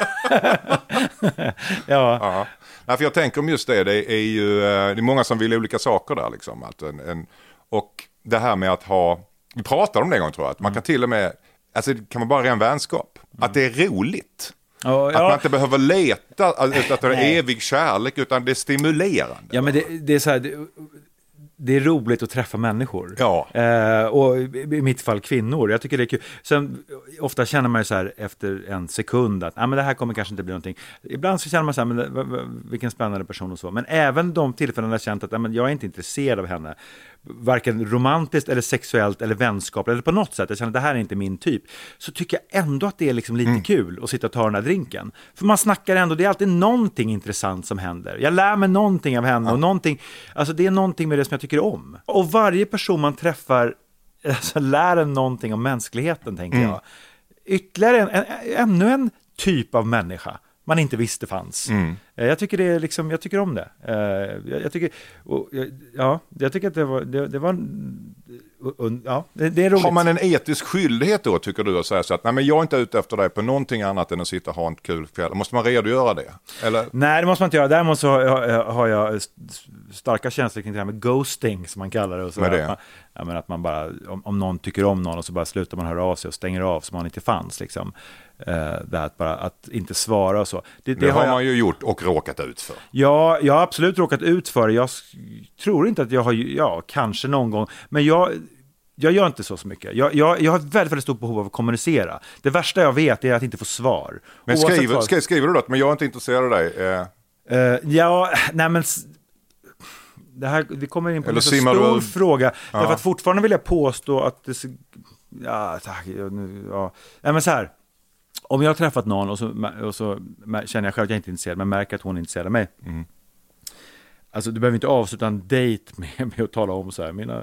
E: Ja.
D: Nej, för jag tänker om just det är ju, det är många som vill olika saker där liksom. Och det här med att vi pratade om det en gång tror jag, att man kan till och med, alltså det kan vara bara ren vänskap. Att det är roligt. Att man inte behöver leta, att det är evig kärlek, utan det är stimulerande.
E: Ja, men det är så här... Det är roligt att träffa människor.
D: Ja.
E: Och i mitt fall kvinnor. Jag tycker det är kul. Sen ofta känner man ju så här efter en sekund att men det här kommer kanske inte bli någonting. Ibland så känner man så här, men vilken spännande person och så. Men även de tillfällen jag känt att jag är inte intresserad av henne. Varken romantiskt eller sexuellt eller vänskap eller på något sätt. Jag känner att det här är inte min typ. Så tycker jag ändå att det är liksom lite kul att sitta och ta den här drinken. För man snackar ändå, det är alltid någonting intressant som händer. Jag lär mig någonting av henne och någonting, alltså det är någonting med det som jag tycker om. Och varje person man träffar alltså, lär en någonting om mänskligheten, tänker jag. Ytterligare ännu en typ av människa man inte visste fanns. Jag tycker det är liksom, jag tycker om det. Jag tycker att det är roligt.
D: Har man en etisk skyldighet då, tycker du, att säga så att nej, men jag är inte ute efter dig på någonting annat än att sitta och ha en kul kväll? Måste man redogöra det? Eller?
E: Nej, det måste man inte göra. Däremot så har jag starka känslor kring det här med ghosting, som man kallar det. Och så att man bara, om någon tycker om någon och så bara slutar man höra av sig och stänger av så man inte fanns liksom. Det att inte svara och så.
D: Det har man ju gjort och råkat ut för.
E: Ja, jag har absolut råkat ut för det. Jag tror inte att jag har, kanske någon gång, men jag gör inte så mycket. Jag har ett väldigt, väldigt stort behov av att kommunicera. Det värsta jag vet är att inte få svar.
D: Men skriver du då att men jag är inte intresserad av dig?
E: Men vi kommer in på en stor fråga. Därför att fortfarande vill jag påstå att det... men så här. Om jag har träffat någon och så känner jag själv att jag inte är intresserad, men märker att hon är intresserad av mig. Alltså du behöver inte avsluta en dejt med att tala om så här, mina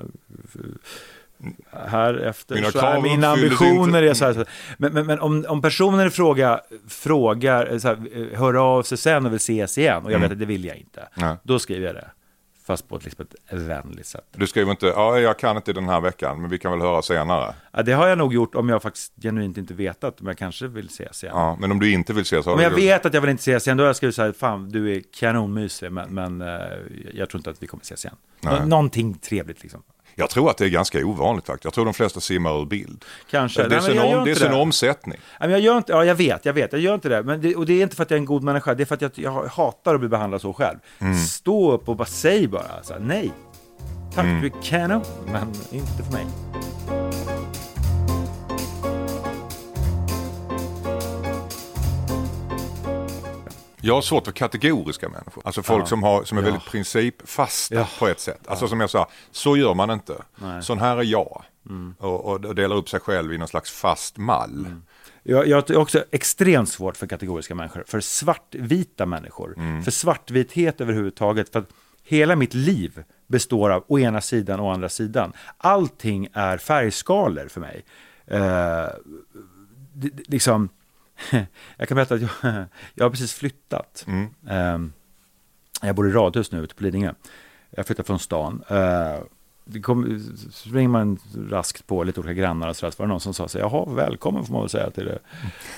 E: ambitioner är så här. Men om personen i frågar så här, hör av sig sen och vill ses igen och jag vet att det vill jag inte. Då skriver jag det. Fast på ett vänligt sätt.
D: Du skriver inte, jag kan inte den här veckan, men vi kan väl höra senare.
E: Ja, det har jag nog gjort om jag faktiskt genuint inte vetat om jag kanske vill ses igen.
D: Ja, men om du inte vill ses...
E: Om jag vet att jag vill inte ses igen, då har jag skrivit så här, fan, du är kanonmysig, men jag tror inte att vi kommer ses igen. Någonting trevligt liksom.
D: Jag tror att det är ganska ovanligt faktiskt. Jag tror de flesta simmar ur bild.
E: Kanske.
D: Det är en omsättning.
E: Men jag gör inte, jag vet. Jag gör inte det. Och det är inte för att jag är en god människa. Det är för att jag hatar att bli behandlad så själv. Stå upp och bara säg bara. Så här, nej. Tack, du är kanon. Men inte för mig.
D: Jag har svårt för kategoriska människor. Alltså folk som är väldigt principfasta på ett sätt. Alltså som jag sa, så gör man inte. Nej. Sån här är jag. Och delar upp sig själv i någon slags fast mall.
E: Jag har också extremt svårt för kategoriska människor. För svartvita människor. För svartvithet överhuvudtaget. För att hela mitt liv består av å ena sidan och å andra sidan. Allting är färgskalor för mig. Liksom... Jag kan berätta att jag har precis flyttat. Jag bor i radhus nu ute på Lidingö. Jag flyttar från stan. Så ringer man raskt på lite olika grannar och så var det någon som sa så, jaha, välkommen får man väl säga till det.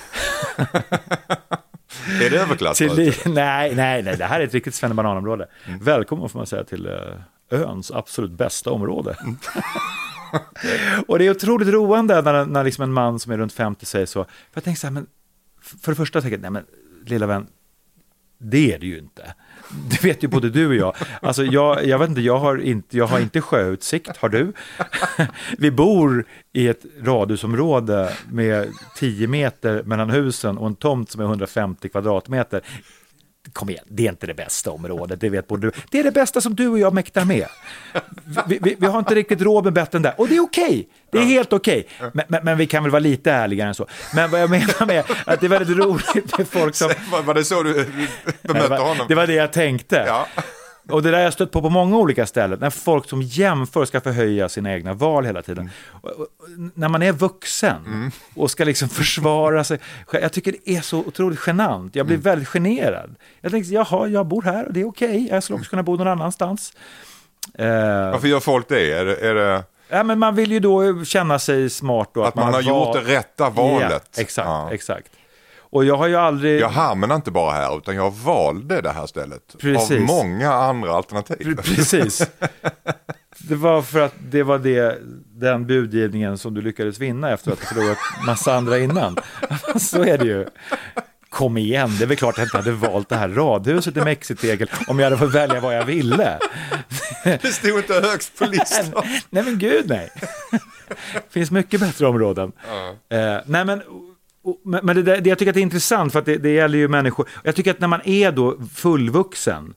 D: Är det överklass?
E: Nej, det här är ett riktigt svennebananområde. Välkommen får man säga till öns absolut bästa område. Och det är otroligt roande när liksom en man som är runt 50 säger så. För jag tänker så här, men för det första tänker jag, nej men lilla vän, det är det ju inte. Det vet ju både du och jag. Alltså jag vet inte, jag har inte sjöutsikt, har du? Vi bor i ett radhusområde med 10 meter mellan husen och en tomt som är 150 kvadratmeter. Kom igen, det är inte det bästa området, det vet både du. Det är det bästa som du och jag mäktar med. Vi har inte riktigt råd med bättre än det. Och det är okej. Det är helt okej. Men vi kan väl vara lite ärligare än så. Men vad jag menar med att det är väldigt roligt med folk som...
D: Var det så du bemötte honom?
E: Det var det jag tänkte. Ja. Och det där jag stött på många olika ställen. När folk som jämför ska förhöja sina egna val hela tiden. Och när man är vuxen och ska liksom försvara sig. Jag tycker det är så otroligt genant. Jag blir väldigt generad. Jag tänkte, jaha, jag bor här och det är okej. Jag skulle också kunna bo någon annanstans.
D: Varför gör folk det? Är det...
E: Ja, men man vill ju då känna sig smart. Då,
D: att man har gjort det rätta valet.
E: Ja, exakt. Och jag har ju aldrig...
D: Jag hamnar inte bara här utan jag valde det här stället. Precis. Av många andra alternativ.
E: Precis. Det var för att det var den budgivningen som du lyckades vinna efter att ha förlorat massa andra innan. Så är det ju. Kom igen, det är väl klart att jag inte hade valt det här radhuset i Mexitegel om jag hade fått välja vad jag ville.
D: Det stod inte högst på listan.
E: Nej men gud, nej. Det finns mycket bättre områden. Nej men det jag tycker att det är intressant för att det gäller ju människor. Jag tycker att när man är då fullvuxen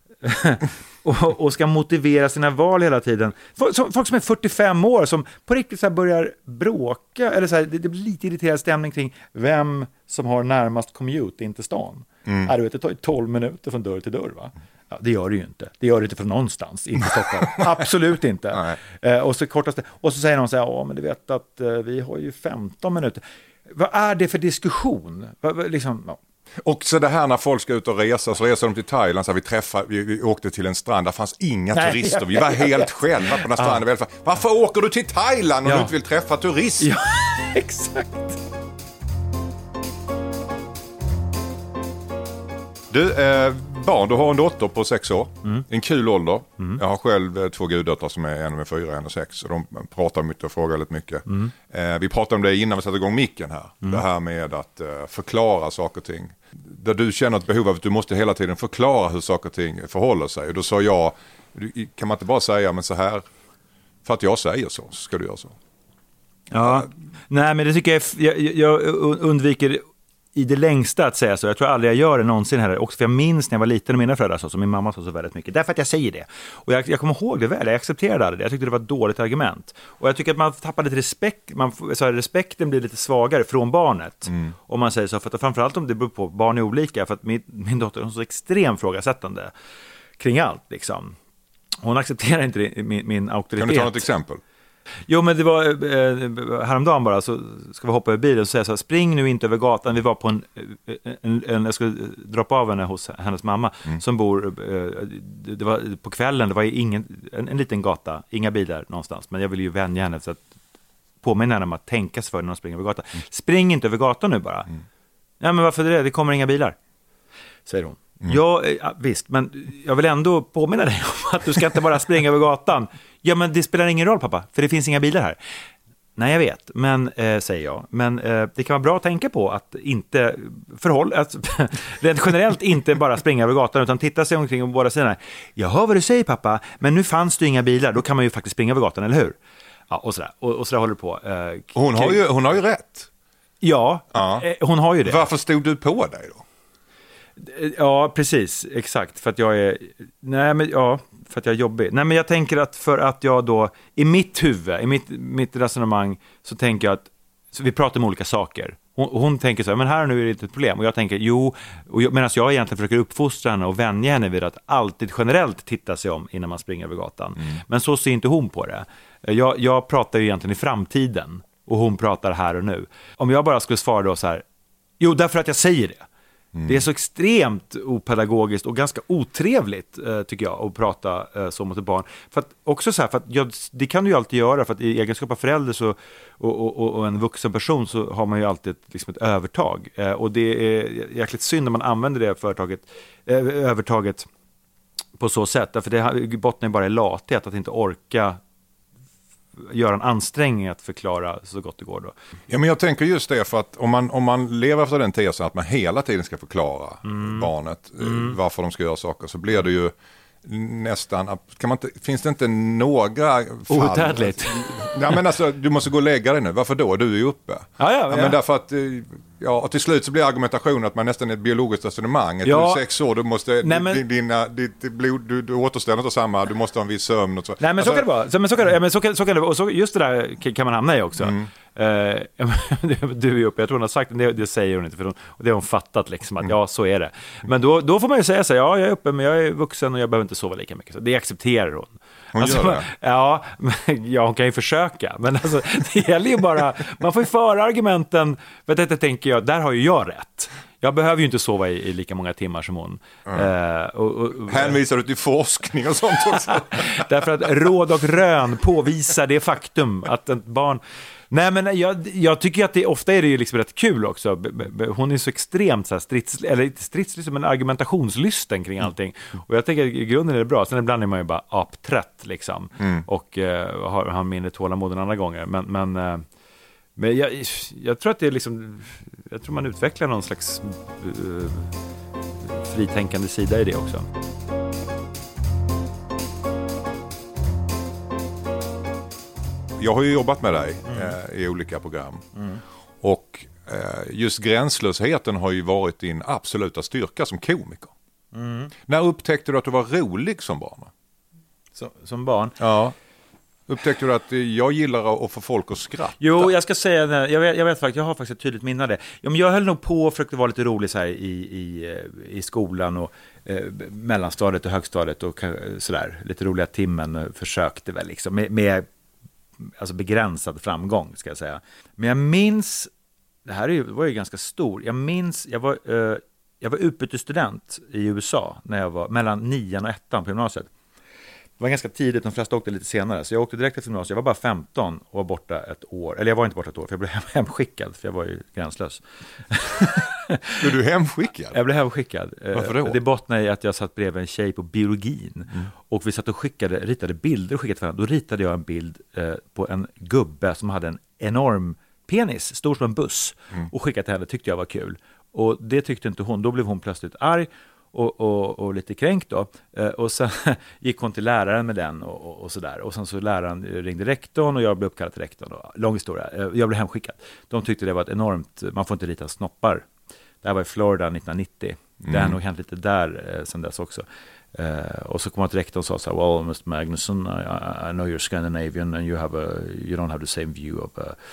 E: och ska motivera sina val hela tiden. Folk som är 45 år som på riktigt så här börjar bråka eller så här, det blir lite irriterad stämning kring vem som har närmast commute in till stan. Du vet, det tar ju 12 minuter från dörr till dörr, va? Ja, det gör det ju inte. Det gör det inte från någonstans in till Stockholm. Absolut inte. Och så säger någon så här, ja men du vet att vi har ju 15 minuter. Vad är det för diskussion? Liksom, ja.
D: Och så det här när folk ska ut och resa, så reser de till Thailand, så vi åkte till en strand, där fanns inga turister, vi var helt själva på den här stranden. Varför åker du till Thailand om du inte vill träffa turister?
E: Ja, exakt.
D: Du, barn, du har en dotter på 6 år. En kul ålder. Jag har själv 2 guddöttrar som är en med 4 och en och 6. Och de pratar mycket och frågar lite mycket. Vi pratade om det innan vi satte igång micken här. Det här med att förklara saker och ting. Där du känner ett behov av att du måste hela tiden förklara hur saker och ting förhåller sig. Och då sa jag, kan man inte bara säga men så här, för att jag säger så ska du göra så.
E: Ja, nej men det tycker jag undviker i det längsta att säga så. Jag tror aldrig jag gör det någonsin här. Också för jag minns när jag var liten och mina föräldrar sa så, min mamma sa så väldigt mycket. Därför att jag säger det. Och jag kommer ihåg det väl. Jag accepterade det. Jag tyckte det var ett dåligt argument. Och jag tycker att man tappar lite respekt. Respekten blir lite svagare från barnet. Om man säger så. För att framförallt om det beror på, barn är olika. För att min dotter är så extremt frågasättande kring allt liksom. Hon accepterar inte min auktoritet.
D: Kan du ta något exempel?
E: Jo, men det var häromdagen bara, så ska vi hoppa över bilen och säga så här, spring nu inte över gatan. Vi var på jag skulle droppa av henne hos hennes mamma som bor, det var på kvällen, det var en liten gata, inga bilar någonstans, men jag ville ju vänja henne så att påminna henne om att tänka sig för när hon springer över gatan. Spring inte över gatan nu bara. Ja, men varför det? Det kommer inga bilar, säger hon. Ja, visst, men jag vill ändå påminna dig om att du ska inte bara springa över gatan. Ja, men det spelar ingen roll, pappa, för det finns inga bilar här. Nej, jag vet, men säger jag. Men det kan vara bra att tänka på att inte rent generellt inte bara springa över gatan utan titta sig omkring på båda sidorna. Jag hör vad du säger, pappa, men nu fanns det inga bilar. Då kan man ju faktiskt springa över gatan, eller hur? Ja, och sådär. Och sådär håller det på.
D: Hon har ju rätt.
E: Ja, hon har ju det.
D: Varför stod du på dig då?
E: Ja, precis. Exakt. För att jag är... Nej, men ja, för att jag är jobbig. Nej, men jag tänker att för att jag då... I mitt huvud, i mitt resonemang så tänker jag att... Så vi pratar om olika saker. Hon tänker så här, men här nu är det inte ett problem. Och jag tänker, medan jag egentligen försöker uppfostra henne och vänja henne vid att alltid generellt titta sig om innan man springer över gatan. Men så ser inte hon på det. Jag pratar ju egentligen i framtiden och hon pratar här och nu. Om jag bara skulle svara då så här, jo, därför att jag säger det. Det är så extremt opedagogiskt och ganska otrevligt tycker jag att prata så mot ett barn. För att också så här, för att det kan du ju alltid göra, för att i egenskap av förälder så, och en vuxen person så har man ju alltid liksom ett övertag. Och det är jäkligt synd när man använder det övertaget på så sätt. Därför det bottnar ju bara i lathet, att inte orka göra en ansträngning att förklara så gott det går då.
D: Ja, men jag tänker just det, för att om man lever efter den tesen att man hela tiden ska förklara barnet varför de ska göra saker, så blir det ju nästan, finns det inte några fall?
E: Outhärdligt.
D: Ja, men alltså, du måste gå och lägga dig nu. Varför då? Du är ju uppe. Ja. Men därför att, och till slut så blir argumentationen att man nästan är ett biologiskt resonemang. Du är 6 år, du måste, ditt blod, du återställer inte samma, du måste ha en viss sömn och så.
E: Nej, men så kan det vara. Så kan det vara. Och så, just det där kan man hamna i också. Du är uppe, jag tror hon har sagt det säger hon inte, för och det har hon fattat liksom, att ja, så är det. Men då får man ju säga så här, ja, jag är uppe, men jag är vuxen och jag behöver inte sova lika mycket. Så det accepterar hon.
D: Hon gör det.
E: Ja, hon kan ju försöka. Men alltså, det gäller ju bara, man får ju föra argumenten. För detta tänker jag, där har ju jag rätt. Jag behöver ju inte sova i lika många timmar som hon.
D: Hänvisar du till forskning och sånt också?
E: Därför att råd och rön påvisar det faktum att ett barn... Nej, men jag tycker att ofta är det ju liksom rätt kul också. Hon är så extremt så här stridslysten, men argumentationslysten kring allting. Och jag tänker att i grunden är det bra. Sen ibland är man ju bara aptrött liksom. Och har mindre tålamod än andra gånger. Men jag tror att det är liksom... Jag tror man utvecklar någon slags fritänkande sida i det också.
D: Jag har ju jobbat med dig i olika program. Och just gränslösheten har ju varit din absoluta styrka som komiker. När upptäckte du att du var rolig som barn?
E: Som barn?
D: Ja. Upptäckte du att jag gillar att få folk att skratta?
E: Jo, jag ska säga det. Jag vet faktiskt, jag har faktiskt ett tydligt minne av det. Jag höll nog på och försökte vara lite rolig så här i skolan och mellanstadiet och högstadiet och sådär. Lite roliga timmen försökte väl liksom med alltså begränsad framgång, ska jag säga. Men jag minns, det här var ju ganska stor. Jag minns, jag var utbytesstudent i USA när jag var mellan 9 och 1 på gymnasiet. Det var ganska tidigt, de flesta åkte lite senare. Så jag åkte direkt efter gymnasiet. Jag var bara 15 och var borta ett år. Eller jag var inte borta ett år, för jag blev hemskickad. För jag var ju gränslös.
D: Blev du hemskickad?
E: Jag blev hemskickad.
D: Varför då?
E: Det bottnade i att jag satt bredvid en tjej på biologin. Och vi satt och ritade bilder och skickade till varandra. Då ritade jag en bild på en gubbe som hade en enorm penis, stor som en buss. Och skickade till henne, tyckte jag var kul. Och det tyckte inte hon. Då blev hon plötsligt arg. Och lite kränkt då. Och sen gick hon till läraren med den och sådär. Och sen så läraren ringde rektorn och jag blev uppkallad till rektorn. Lång historia. Jag blev hemskickad. De tyckte det var ett enormt... Man får inte rita snoppar. Det här var i Florida 1990. Det har nog hänt lite där sen dess också. Och så kom han till rektorn och sa så här: well, Mr. Magnusson, I know you're Scandinavian and you don't have the same view of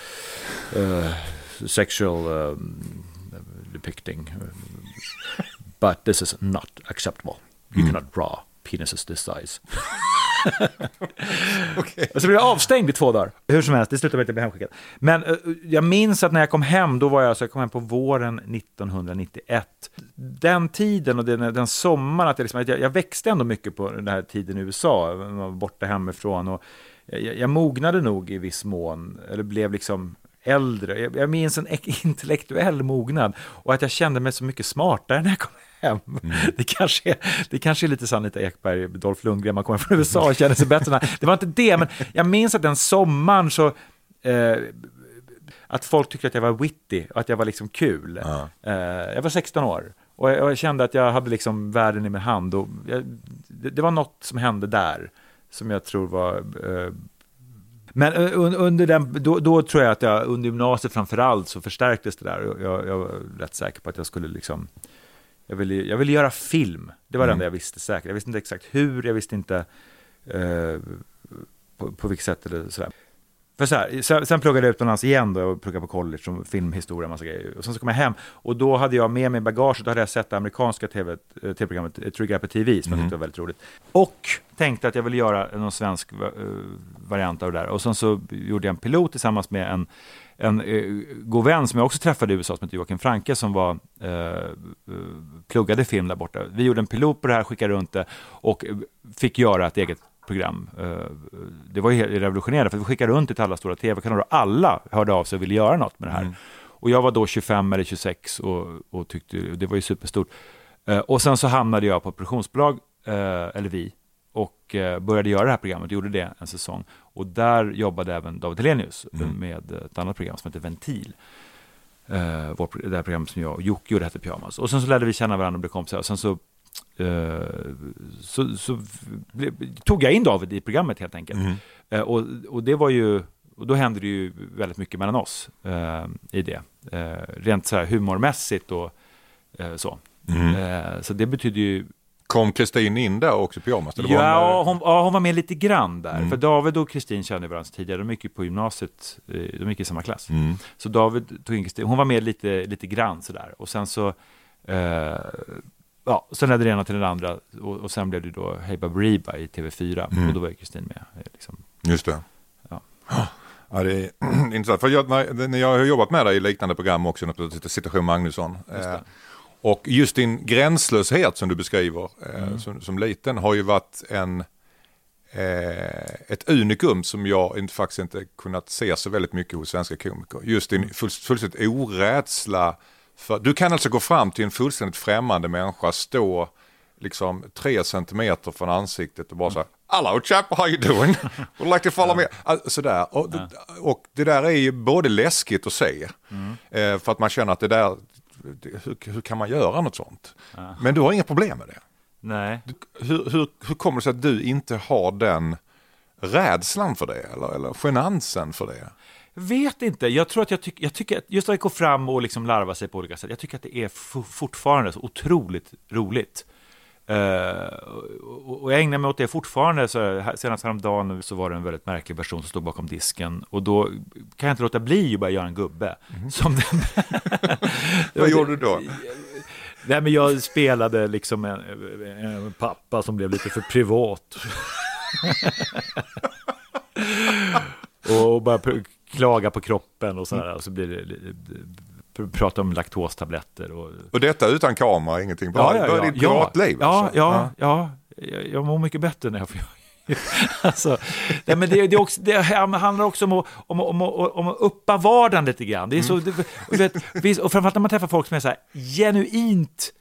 E: sexual depicting... But this is not acceptable. You cannot draw penises this size.
D: Okay.
E: Och så blev jag avstängd i 2 dagar. Hur som helst, det slutade med att jag blev hemskickad. Men jag minns att när jag kom hem, då var jag kom hem på våren 1991. Den tiden och den sommaren, att jag växte ändå mycket på den här tiden i USA. Jag var borta hemifrån och jag mognade nog i viss mån. Eller blev liksom... äldre. Jag minns en intellektuell mognad och att jag kände mig så mycket smartare när jag kom hem. Det kanske är lite så Anita Ekberg, Dolph Lundgren, man kommer från USA och känner sig bättre. Det var inte det, men jag minns att den sommaren så att folk tyckte att jag var witty och att jag var liksom kul. Jag var 16 år och jag kände att jag hade liksom världen i min hand och det var något som hände där som jag tror var... Men under då tror jag att under gymnasiet framförallt så förstärktes det där. Jag var rätt säker på att jag skulle liksom jag ville göra film. Det var det enda jag visste säkert. Jag visste inte exakt hur, jag visste inte på vilket sätt eller sådär. För så här, sen pluggade jag utomlands igen då, och pluggade på college som filmhistoria och massa grejer. Och sen så kom jag hem och då hade jag med mig bagage, då hade jag sett det amerikanska tv-programmet Trigger Happy TV som jag tyckte var väldigt roligt. Och tänkte att jag ville göra någon svensk variant av det där. Och sen så gjorde jag en pilot tillsammans med en god vän som jag också träffade i USA som heter Joakim Franke som var pluggade film där borta. Vi gjorde en pilot på det här, skickade runt det och fick göra ett eget program. Det var ju revolutionerande för vi skickade runt till alla stora tv-kanaler och alla hörde av sig och ville göra något med det här. Och jag var då 25 eller 26 och tyckte det var ju superstort. Och sen så hamnade jag på ett produktionsbolag, eller vi, och började göra det här programmet, gjorde det en säsong. Och där jobbade även David Hellenius med ett annat program som heter Ventil. Det här programmet som jag och Jocke gjorde hette Pyjamas. Och sen så lärde vi känna varandra och blev kompisar. Och sen så tog jag in David i programmet helt enkelt. Och det var ju, och då hände det ju väldigt mycket mellan oss i det. Rent så här humormässigt och så. Så det betyder ju. Kom Kristin in där också i Pyjamas? Hon var med lite grann där. För David och Kristin kände varandra tidigare. De gick ju på gymnasiet, de gick i samma klass. Så David tog in Kristin. Hon var med lite grann sådär. Och sen så sen ledde det ena till den andra och sen blev det då Hey Baberiba i TV4 och då var ju Kristin med liksom. Just det. Ja, det är intressant. För när jag har jobbat med dig i liknande program också, Situation Magnusson. Och just din gränslöshet som du beskriver som liten har ju varit ett unikum som jag faktiskt inte kunnat se så väldigt mycket hos svenska komiker. Just din fullständigt orädsla. För, du kan alltså gå fram till en fullständigt främmande människa, stå liksom 3 centimeter från ansiktet och bara så här, hello chap, how you doing? Would like to follow me? Sådär. Och det där är ju både läskigt att se för att man känner att det där, hur kan man göra något sånt? Men du har inga problem med det. Nej. Hur kommer det sig att du inte har den rädslan för det eller genansen för det? Vet inte. Jag tror att jag tycker att just att gå fram och liksom larva sig på olika sätt. Jag tycker att det är fortfarande så otroligt roligt. Och jag ägnar mig åt det fortfarande. Senast häromdagen så var det en väldigt märklig person som stod bakom disken. Och då kan jag inte låta bli att bara göra en gubbe. Som den. Vad gjorde du då? Nej, men jag spelade liksom en pappa som blev lite för privat. Och bara klaga på kroppen och sådär. Och så blir det prata om laktostabletter. Och detta utan kamera, ingenting. Bara ditt privatliv. Jag mår mycket bättre när jag får. Alltså, nej, men det handlar också om att uppa vardagen lite grann. Det är så, och framförallt när man träffar folk som är så här genuint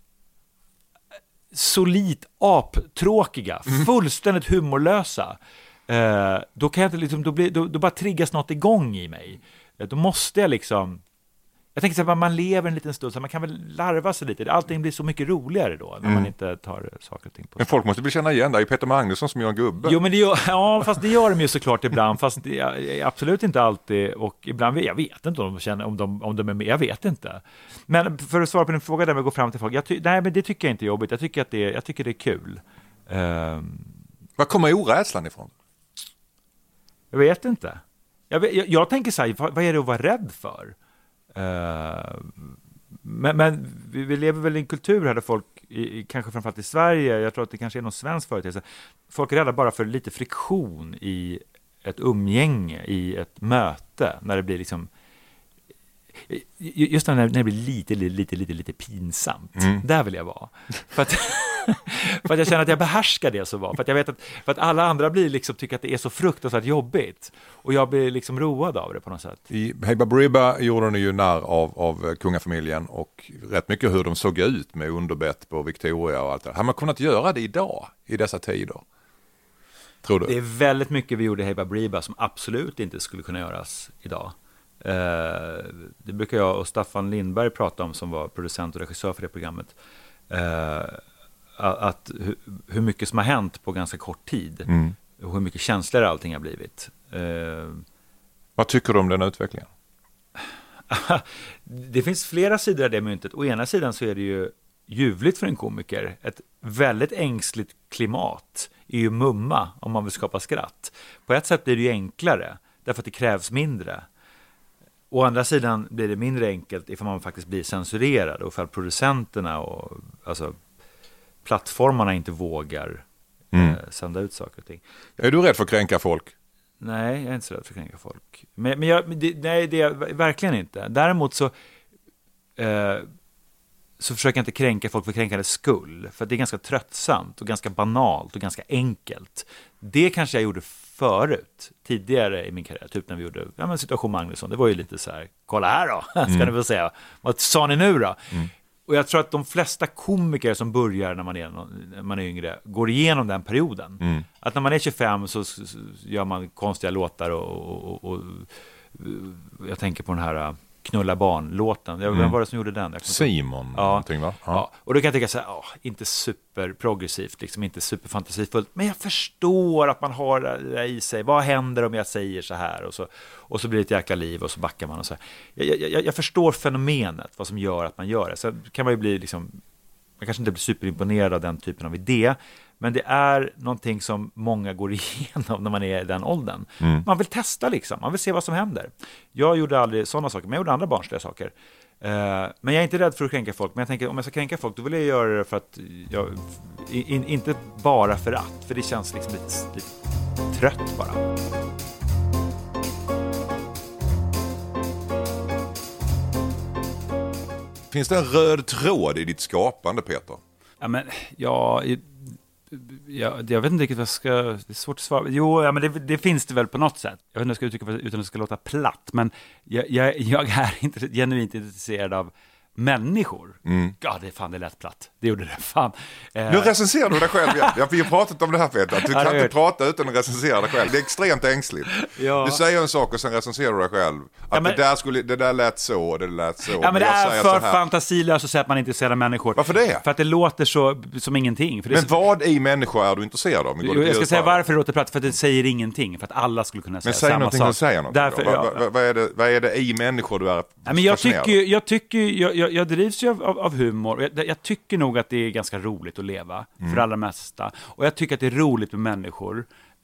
E: solitt aptråkiga, fullständigt humorlösa. Då kan jag inte liksom, då bara triggas något igång i mig. Då måste jag liksom. Jag tänker så att man lever en liten stund så man kan väl larva sig lite. Allting blir så mycket roligare då när man inte tar saker och ting på. Men folk måste bli känna igen. Det är Peter Magnusson som gör en gubbe. Jo, men fast det gör de ju såklart ibland. Fast det är absolut inte alltid. Och ibland, jag vet inte om de är med. Jag vet inte. Men för att svara på din fråga där med att gå fram till folk. Nej, men det tycker jag inte är jobbigt. Jag tycker det är kul. Var kommer orädslan ifrån? Jag vet inte. Jag tänker så här, vad är det att vara rädd för? Men vi lever väl i en kultur här där folk, kanske framförallt i Sverige, jag tror att det kanske är någon svensk företeelse, folk är rädda bara för lite friktion i ett umgänge, i ett möte, när det blir liksom just när det blir lite pinsamt. Där vill jag vara. För att jag känner att jag behärskar det så bra. För att jag vet för att alla andra blir liksom, tycker att det är så fruktansvärt jobbigt. Och jag blir liksom road av det på något sätt. I Hey Baberiba gjorde ni ju narr av kungafamiljen och rätt mycket hur de såg ut med underbett på Victoria och allt det. Har man kunnat göra det idag i dessa tider? Tror du? Det är väldigt mycket vi gjorde i Hey Baberiba som absolut inte skulle kunna göras idag. Det brukar jag och Staffan Lindberg prata om, som var producent och regissör för det programmet, att hur mycket som har hänt på ganska kort tid och hur mycket känsligare allting har blivit. Vad tycker du om den utvecklingen? Det finns flera sidor av det myntet. Å ena sidan så är det ju ljuvligt för en komiker. Ett väldigt ängsligt klimat är ju mumma om man vill skapa skratt. På ett sätt blir det ju enklare, därför att det krävs mindre. Å andra sidan blir det mindre enkelt ifall man faktiskt blir censurerad, och för att producenterna och alltså plattformarna inte vågar sända ut saker och ting.
D: Är du rädd för att kränka folk?
E: Nej, jag är inte så rädd för att kränka folk. Men det är jag verkligen inte. Däremot så försöker jag inte kränka folk för kränkandets skull. För det är ganska tröttsamt och ganska banalt och ganska enkelt. Det kanske jag gjorde förut, tidigare i min karriär. Typ när vi gjorde Situation Magnusson. Det var ju lite så här, kolla här då, ska ni väl säga. Vad sa ni nu då? Och jag tror att de flesta komiker som börjar när man är yngre går igenom den perioden. Att när man är 25 så gör man konstiga låtar och jag tänker på den här Knulla barn-låten. Vem var det som gjorde den?
D: Simon, någonting va?
E: Ja. Och då kan jag tänka så här, inte superprogressivt, liksom inte superfantasifullt, men jag förstår att man har det i sig. Vad händer om jag säger så här? Och så blir det ett jäkla liv och så backar man och så här. Jag förstår fenomenet, vad som gör att man gör det. Så kan man ju bli liksom, man kanske inte blir superimponerad av den typen av idé, men det är någonting som många går igenom när man är i den åldern. Man vill testa liksom, man vill se vad som händer. Jag gjorde aldrig sådana saker, men jag gjorde andra barnsliga saker. Men jag är inte rädd för att kränka folk, men jag tänker om jag ska kränka folk, då vill jag göra det för att inte bara för det känns liksom lite trött bara.
D: Finns det en röd tråd i ditt skapande, Peter?
E: Jag vet inte riktigt vad jag ska... Det är svårt att svara. Jo, men det finns det väl på något sätt. Jag vet inte vad jag ska uttrycka utan att det ska låta platt. Men jag är inte genuint intresserad av människor. Ja, det lät platt. Det gjorde det fan.
D: Nu recenserar du dig själv. Vi har pratat om det här, Peter. Att du kan inte prata utan att recensera dig själv. Det är extremt ängsligt. Ja. Du säger en sak och sen recenserar du dig själv. Att det där lät så och det lät så.
E: Ja, men det är för fantasilöst att säga att man är intresserad av människor.
D: Varför det?
E: För att det låter så som ingenting. För
D: men vad i människor är du intresserad av?
E: Jag ska säga varför det låter platt. För att det säger ingenting. För att alla skulle kunna säga samma sak.
D: Men säg någonting och säga någonting. Därför, vad är det i människor du är fascinerad? Jag drivs ju av humor. Jag tycker nog att det är ganska roligt att leva för allra mesta. Och jag tycker att det är roligt med människor.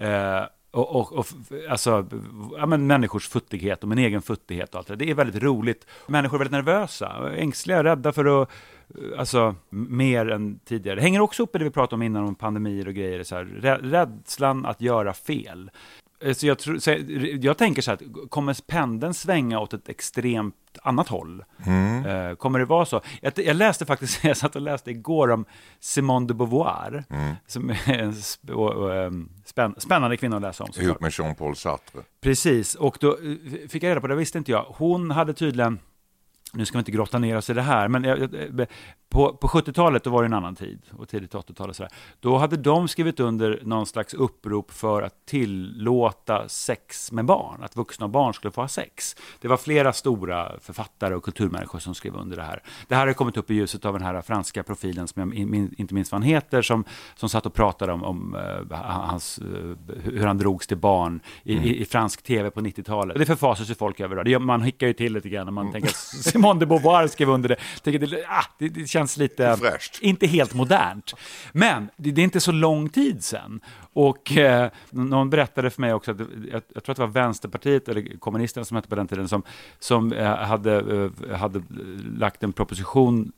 D: Alltså, människors futtighet och min egen futtighet och allt det. Det är väldigt roligt. Människor är väldigt nervösa, ängsliga, rädda för att mer än tidigare. Det hänger också upp i det vi pratade om innan om pandemier och grejer. Så här, rädslan att göra fel. Så jag tänker så här, kommer pendeln svänga åt ett extremt annat håll? Kommer det vara så? Jag läste faktiskt, jag satt och läste igår om Simone de Beauvoir, som är en spännande kvinna att läsa om. Ihop med Jean-Paul Sartre.
E: Precis, och då fick jag reda på det, visste inte jag. Hon hade tydligen, nu ska vi inte grotta ner oss i det här, men på 70-talet då var det en annan tid, och tidigt 80-talet sådär. Då hade de skrivit under någon slags upprop för att tillåta sex med barn, att vuxna och barn skulle få ha sex. Det var flera stora författare och kulturmänniskor som skrev under det här. Det här har kommit upp i ljuset av den här franska profilen som jag inte minns vad han heter, som satt och pratade om hur han drogs till barn i fransk tv på 90-talet. Det förfasas ju folk över det. Man hickar ju till lite grann när man tänker att Simone de Beauvoir skrev under det. Det känns lite
D: fräscht.
E: Inte helt modernt. Men det är inte så lång tid sedan. Och någon berättade för mig också att jag tror att det var Vänsterpartiet eller kommunisterna som hette på den tiden som hade lagt en proposition,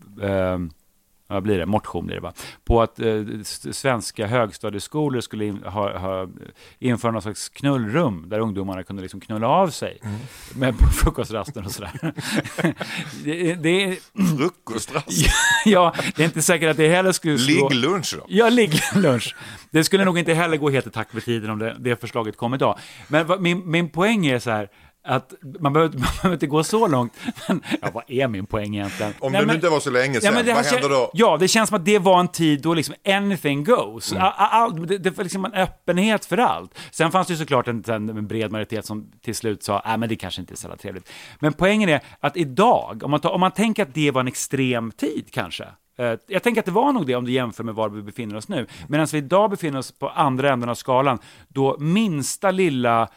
E: motion blir det va, på att svenska högstadieskolor skulle införa någon slags knullrum där ungdomarna kunde liksom knulla av sig med på frukostrasten och sådär. det är
D: frukostrasten?
E: Ja, det är inte säkert att det heller skulle
D: ligglunch då?
E: Ja, ligglunch. Det skulle nog inte heller gå helt i takt med tiden om det förslaget kom idag. Men min poäng är så här, att man behöver inte gå så långt. Men, vad är min poäng egentligen?
D: Om det inte var så länge sedan, vad händer då?
E: Ja, det känns som att det var en tid då liksom anything goes. Det var liksom en öppenhet för allt. Sen fanns det ju såklart en bred majoritet som till slut sa, men det kanske inte är så trevligt. Men poängen är att idag, om man tänker att det var en extrem tid kanske. Jag tänker att det var nog det om du jämför med var vi befinner oss nu. Medan vi idag befinner oss på andra änden av skalan, då minsta lilla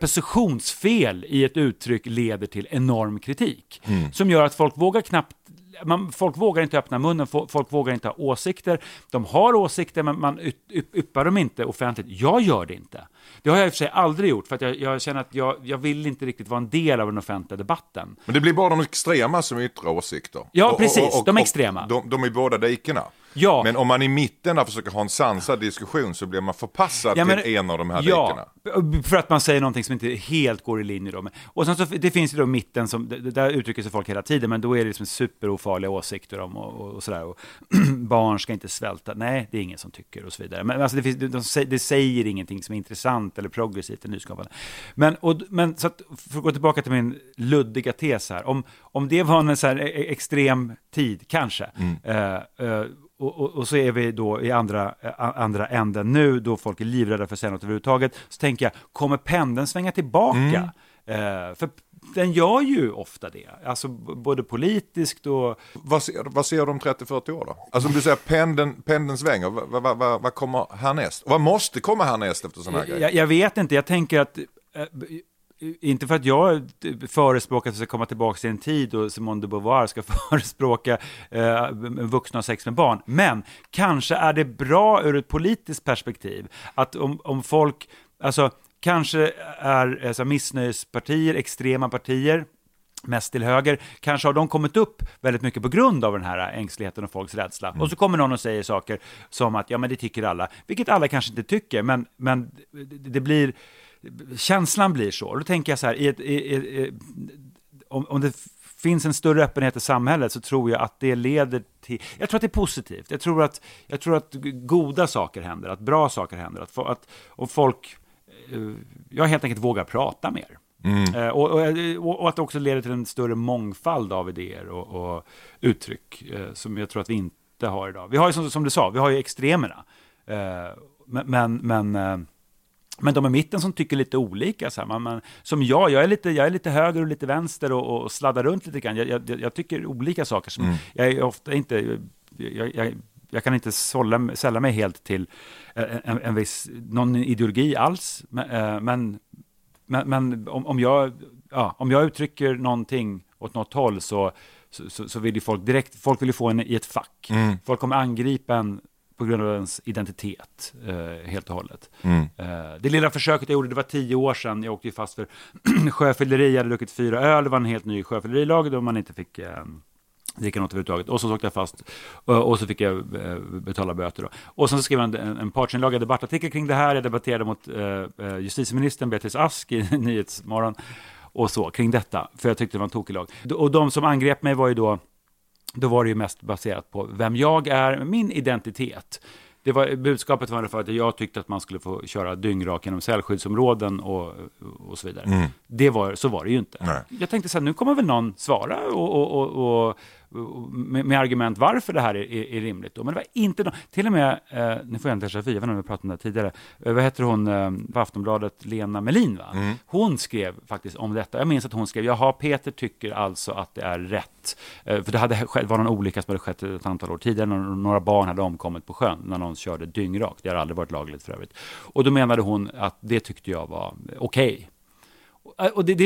E: prepositionsfel i ett uttryck leder till enorm kritik. Som gör att folk vågar knappt folk vågar inte öppna munnen, folk vågar inte ha åsikter. De har åsikter, men man yppar dem inte offentligt. Jag gör det inte. Det har jag i och för sig aldrig gjort, för att jag känner att jag vill inte riktigt vara en del av den offentliga debatten.
D: Men det blir bara de extrema som yttrar åsikter.
E: Ja, precis. De extrema.
D: De är båda dikena.
E: Ja.
D: Men om man i mitten försöker ha en sansad diskussion så blir man förpassad till en av de här dikena.
E: För att man säger någonting som inte helt går i linje då. Och sen så det finns ju då mitten som där uttrycker sig folk hela tiden, men då är det liksom superofarliga åsikter om och sådär, och barn ska inte svälta. Nej, det är ingen som tycker och så vidare. Men alltså det säger ingenting som är intressant eller progressivt eller nyskapande. Men så att, för att gå tillbaka till min luddiga tes här, om det var en så här extrem tid kanske. Och så är vi då i andra änden nu, då folk är livrädda för att säga något överhuvudtaget. Så tänker jag, kommer pendeln svänga tillbaka? För den gör ju ofta det. Alltså både politiskt och...
D: Vad ser du om 30-40 år då? Alltså om du säger pendeln svänger, vad kommer härnäst? Vad måste komma härnäst efter sådana här grejer?
E: Jag vet inte, jag tänker att... Inte för att jag förespråkar att det ska komma tillbaka till en tid och Simone de Beauvoir ska förespråka vuxna och sex med barn. Men kanske är det bra ur ett politiskt perspektiv att om folk, alltså kanske är alltså, missnöjespartier, extrema partier, mest till höger, kanske har de kommit upp väldigt mycket på grund av den här ängsligheten och folks rädsla. Och så kommer någon och säger saker som att ja, men det tycker alla, vilket alla kanske inte tycker, men det blir... Känslan blir så. Då tänker jag så här, om det finns en större öppenhet i samhället så tror jag att det leder till... Jag tror att det är positivt. Jag tror att goda saker händer, att bra saker händer, att folk helt enkelt vågar prata mer. Och att det också leder till en större mångfald av idéer och uttryck som jag tror att vi inte har idag. Vi har ju som du sa, vi har ju extremerna. Men de i mitten som tycker lite olika. Så här, som jag är lite höger och lite vänster och sladdar runt lite grann. Jag tycker olika saker. Som jag är ofta inte... Jag kan inte sälla mig helt till en viss... någon ideologi alls. Men om jag uttrycker någonting åt något håll så vill ju folk vill ju få en i ett fack. Folk kommer angripa en på grund av ens identitet helt och hållet. Det lilla försöket jag gjorde, det var 10 år sedan. Jag åkte ju fast för sjöfylleri. Jag hade druckit 4 öl. Det var en helt ny sjöfyllerilag då man inte fick dricka något överhuvudtaget. Och så åkte jag fast och så fick jag betala böter då. Och sen så skrev jag en partsinlaga debattartikel kring det här. Jag debatterade mot justitieministern Beatrice Ask i Nyhetsmorgon och så kring detta. För jag tyckte det var en tokig lag. Och de som angrep mig var ju då var det ju mest baserat på vem jag är, min identitet. Budskapet var ungefär att jag tyckte att man skulle få köra dyngrak genom cellskyddsområden och så vidare. Så var det ju inte.
D: Nej.
E: Jag tänkte så här, nu kommer väl någon svara och med argument varför det här är rimligt. Då. Men det var inte någon, till och med, nu får jag inte säga, jag vet inte om vi pratade om det tidigare, vad heter hon på Aftonbladet, Lena Melin va? Hon skrev faktiskt om detta. Jag minns att hon skrev, jaha, Peter tycker alltså att det är rätt. För det var någon olycka som hade skett ett antal år tidigare, några barn hade omkommit på sjön när någon körde dyngrakt. Det har aldrig varit lagligt för övrigt. Och då menade hon att det tyckte jag var okej. Och det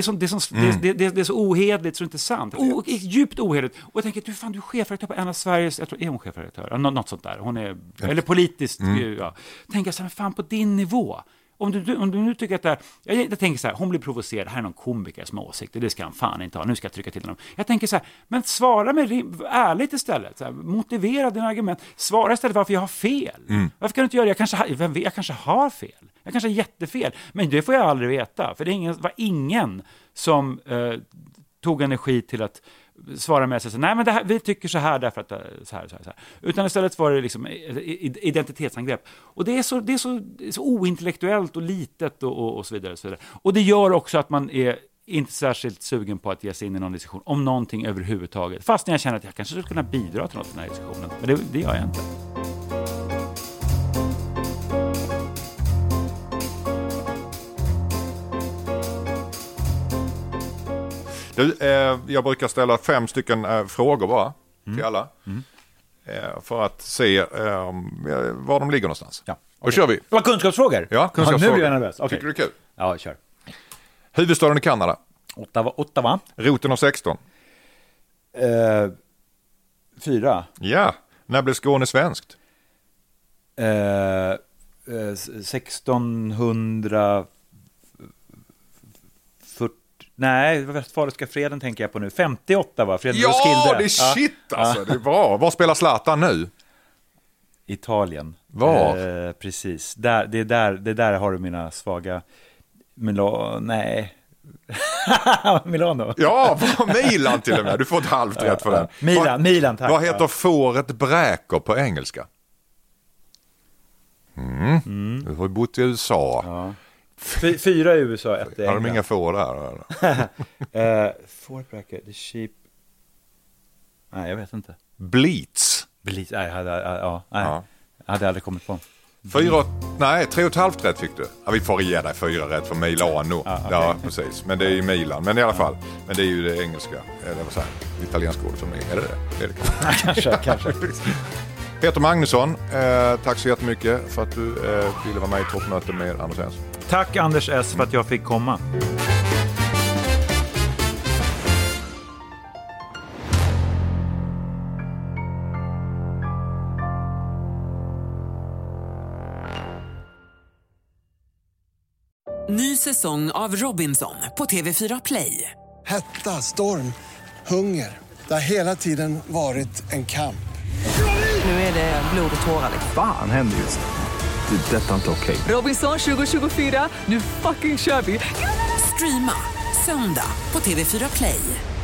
E: är så ohederligt så det är inte sant. Djupt ohederligt. Och jag tänker, du är chefredaktör på en av Sveriges, jag tror, är hon chefredaktör? Något sånt där. Hon är, eller politiskt, ja. Tänker så här, fan på din nivå. Om du nu tycker att det här, jag tänker så här, hon blir provocerad, här är någon komiker som har åsikter, det ska han fan inte ha, nu ska jag trycka till honom. Jag tänker så här, men svara mig ärligt istället, så här, motivera dina argument, svara istället varför jag har fel. Varför kan du inte göra det? Jag kanske har fel, jag kanske har jättefel, men det får jag aldrig veta, för det var ingen som tog energi till att svara med sig så nej men det här, vi tycker så här därför att så här. Utan istället var det liksom identitetsangrepp. Och det är så ointellektuellt och litet och så vidare, och så vidare. Och det gör också att man är inte särskilt sugen på att ge sig in i någon diskussion om någonting överhuvudtaget. Fast när jag känner att jag kanske skulle kunna bidra till något i den här diskussionen. Men det gör jag inte.
D: Jag brukar ställa 5 stycken frågor bara till alla. För att se var de ligger någonstans.
E: Ja.
D: Då kör vi.
E: Det var kunskapsfrågor?
D: Ja, kunskapsfrågor.
E: Nu blir jag nervös. Okay.
D: Tycker du det är kul?
E: Ja, kör.
D: Huvudstaden i Kanada.
E: Ottawa.
D: Roten av 16.
E: 4.
D: Ja, när blev Skåne svenskt?
E: 1640. Nej, Westfaliska freden tänker jag på nu. 58 va? Freden
D: Ja, det är shit alltså. Det är bra. Var spelar Zlatan nu?
E: Italien.
D: Var?
E: Precis. Det där har du mina svaga... Milano.
D: Ja, Milan till och med. Du får ett halvt rätt för den.
E: Milan, tack.
D: Vad heter fåret bräker på engelska? Du har bott i USA.
E: Ja. 4 i USA, 1 i England.
D: Har de inga får där?
E: Fåret bräker, the sheep... Nej, jag vet inte.
D: Blitz.
E: Nej, jag hade aldrig kommit på.
D: 3,5 rätt fick du. Ja, vi får ge dig 4 rätt för Milano. Ja, precis. Men det är ju Milan. Men i alla fall. Men det är ju det engelska. Eller vad säger jag? Italienska ord som är det. Är det
E: kanske.
D: Peter Magnusson, tack så jättemycket för att du ville vara med i toppmöte med Anders S.
E: Tack Anders S för att jag fick komma.
A: Ny säsong av Robinson på TV4 Play.
B: Hetta, storm, hunger. Det har hela tiden varit en kamp.
A: Nu är det blod och tårar.
C: Fan händer just det. Det är detta inte okej.
A: Robinson 2024, nu fucking kör vi. Streama söndag på TV4 Play.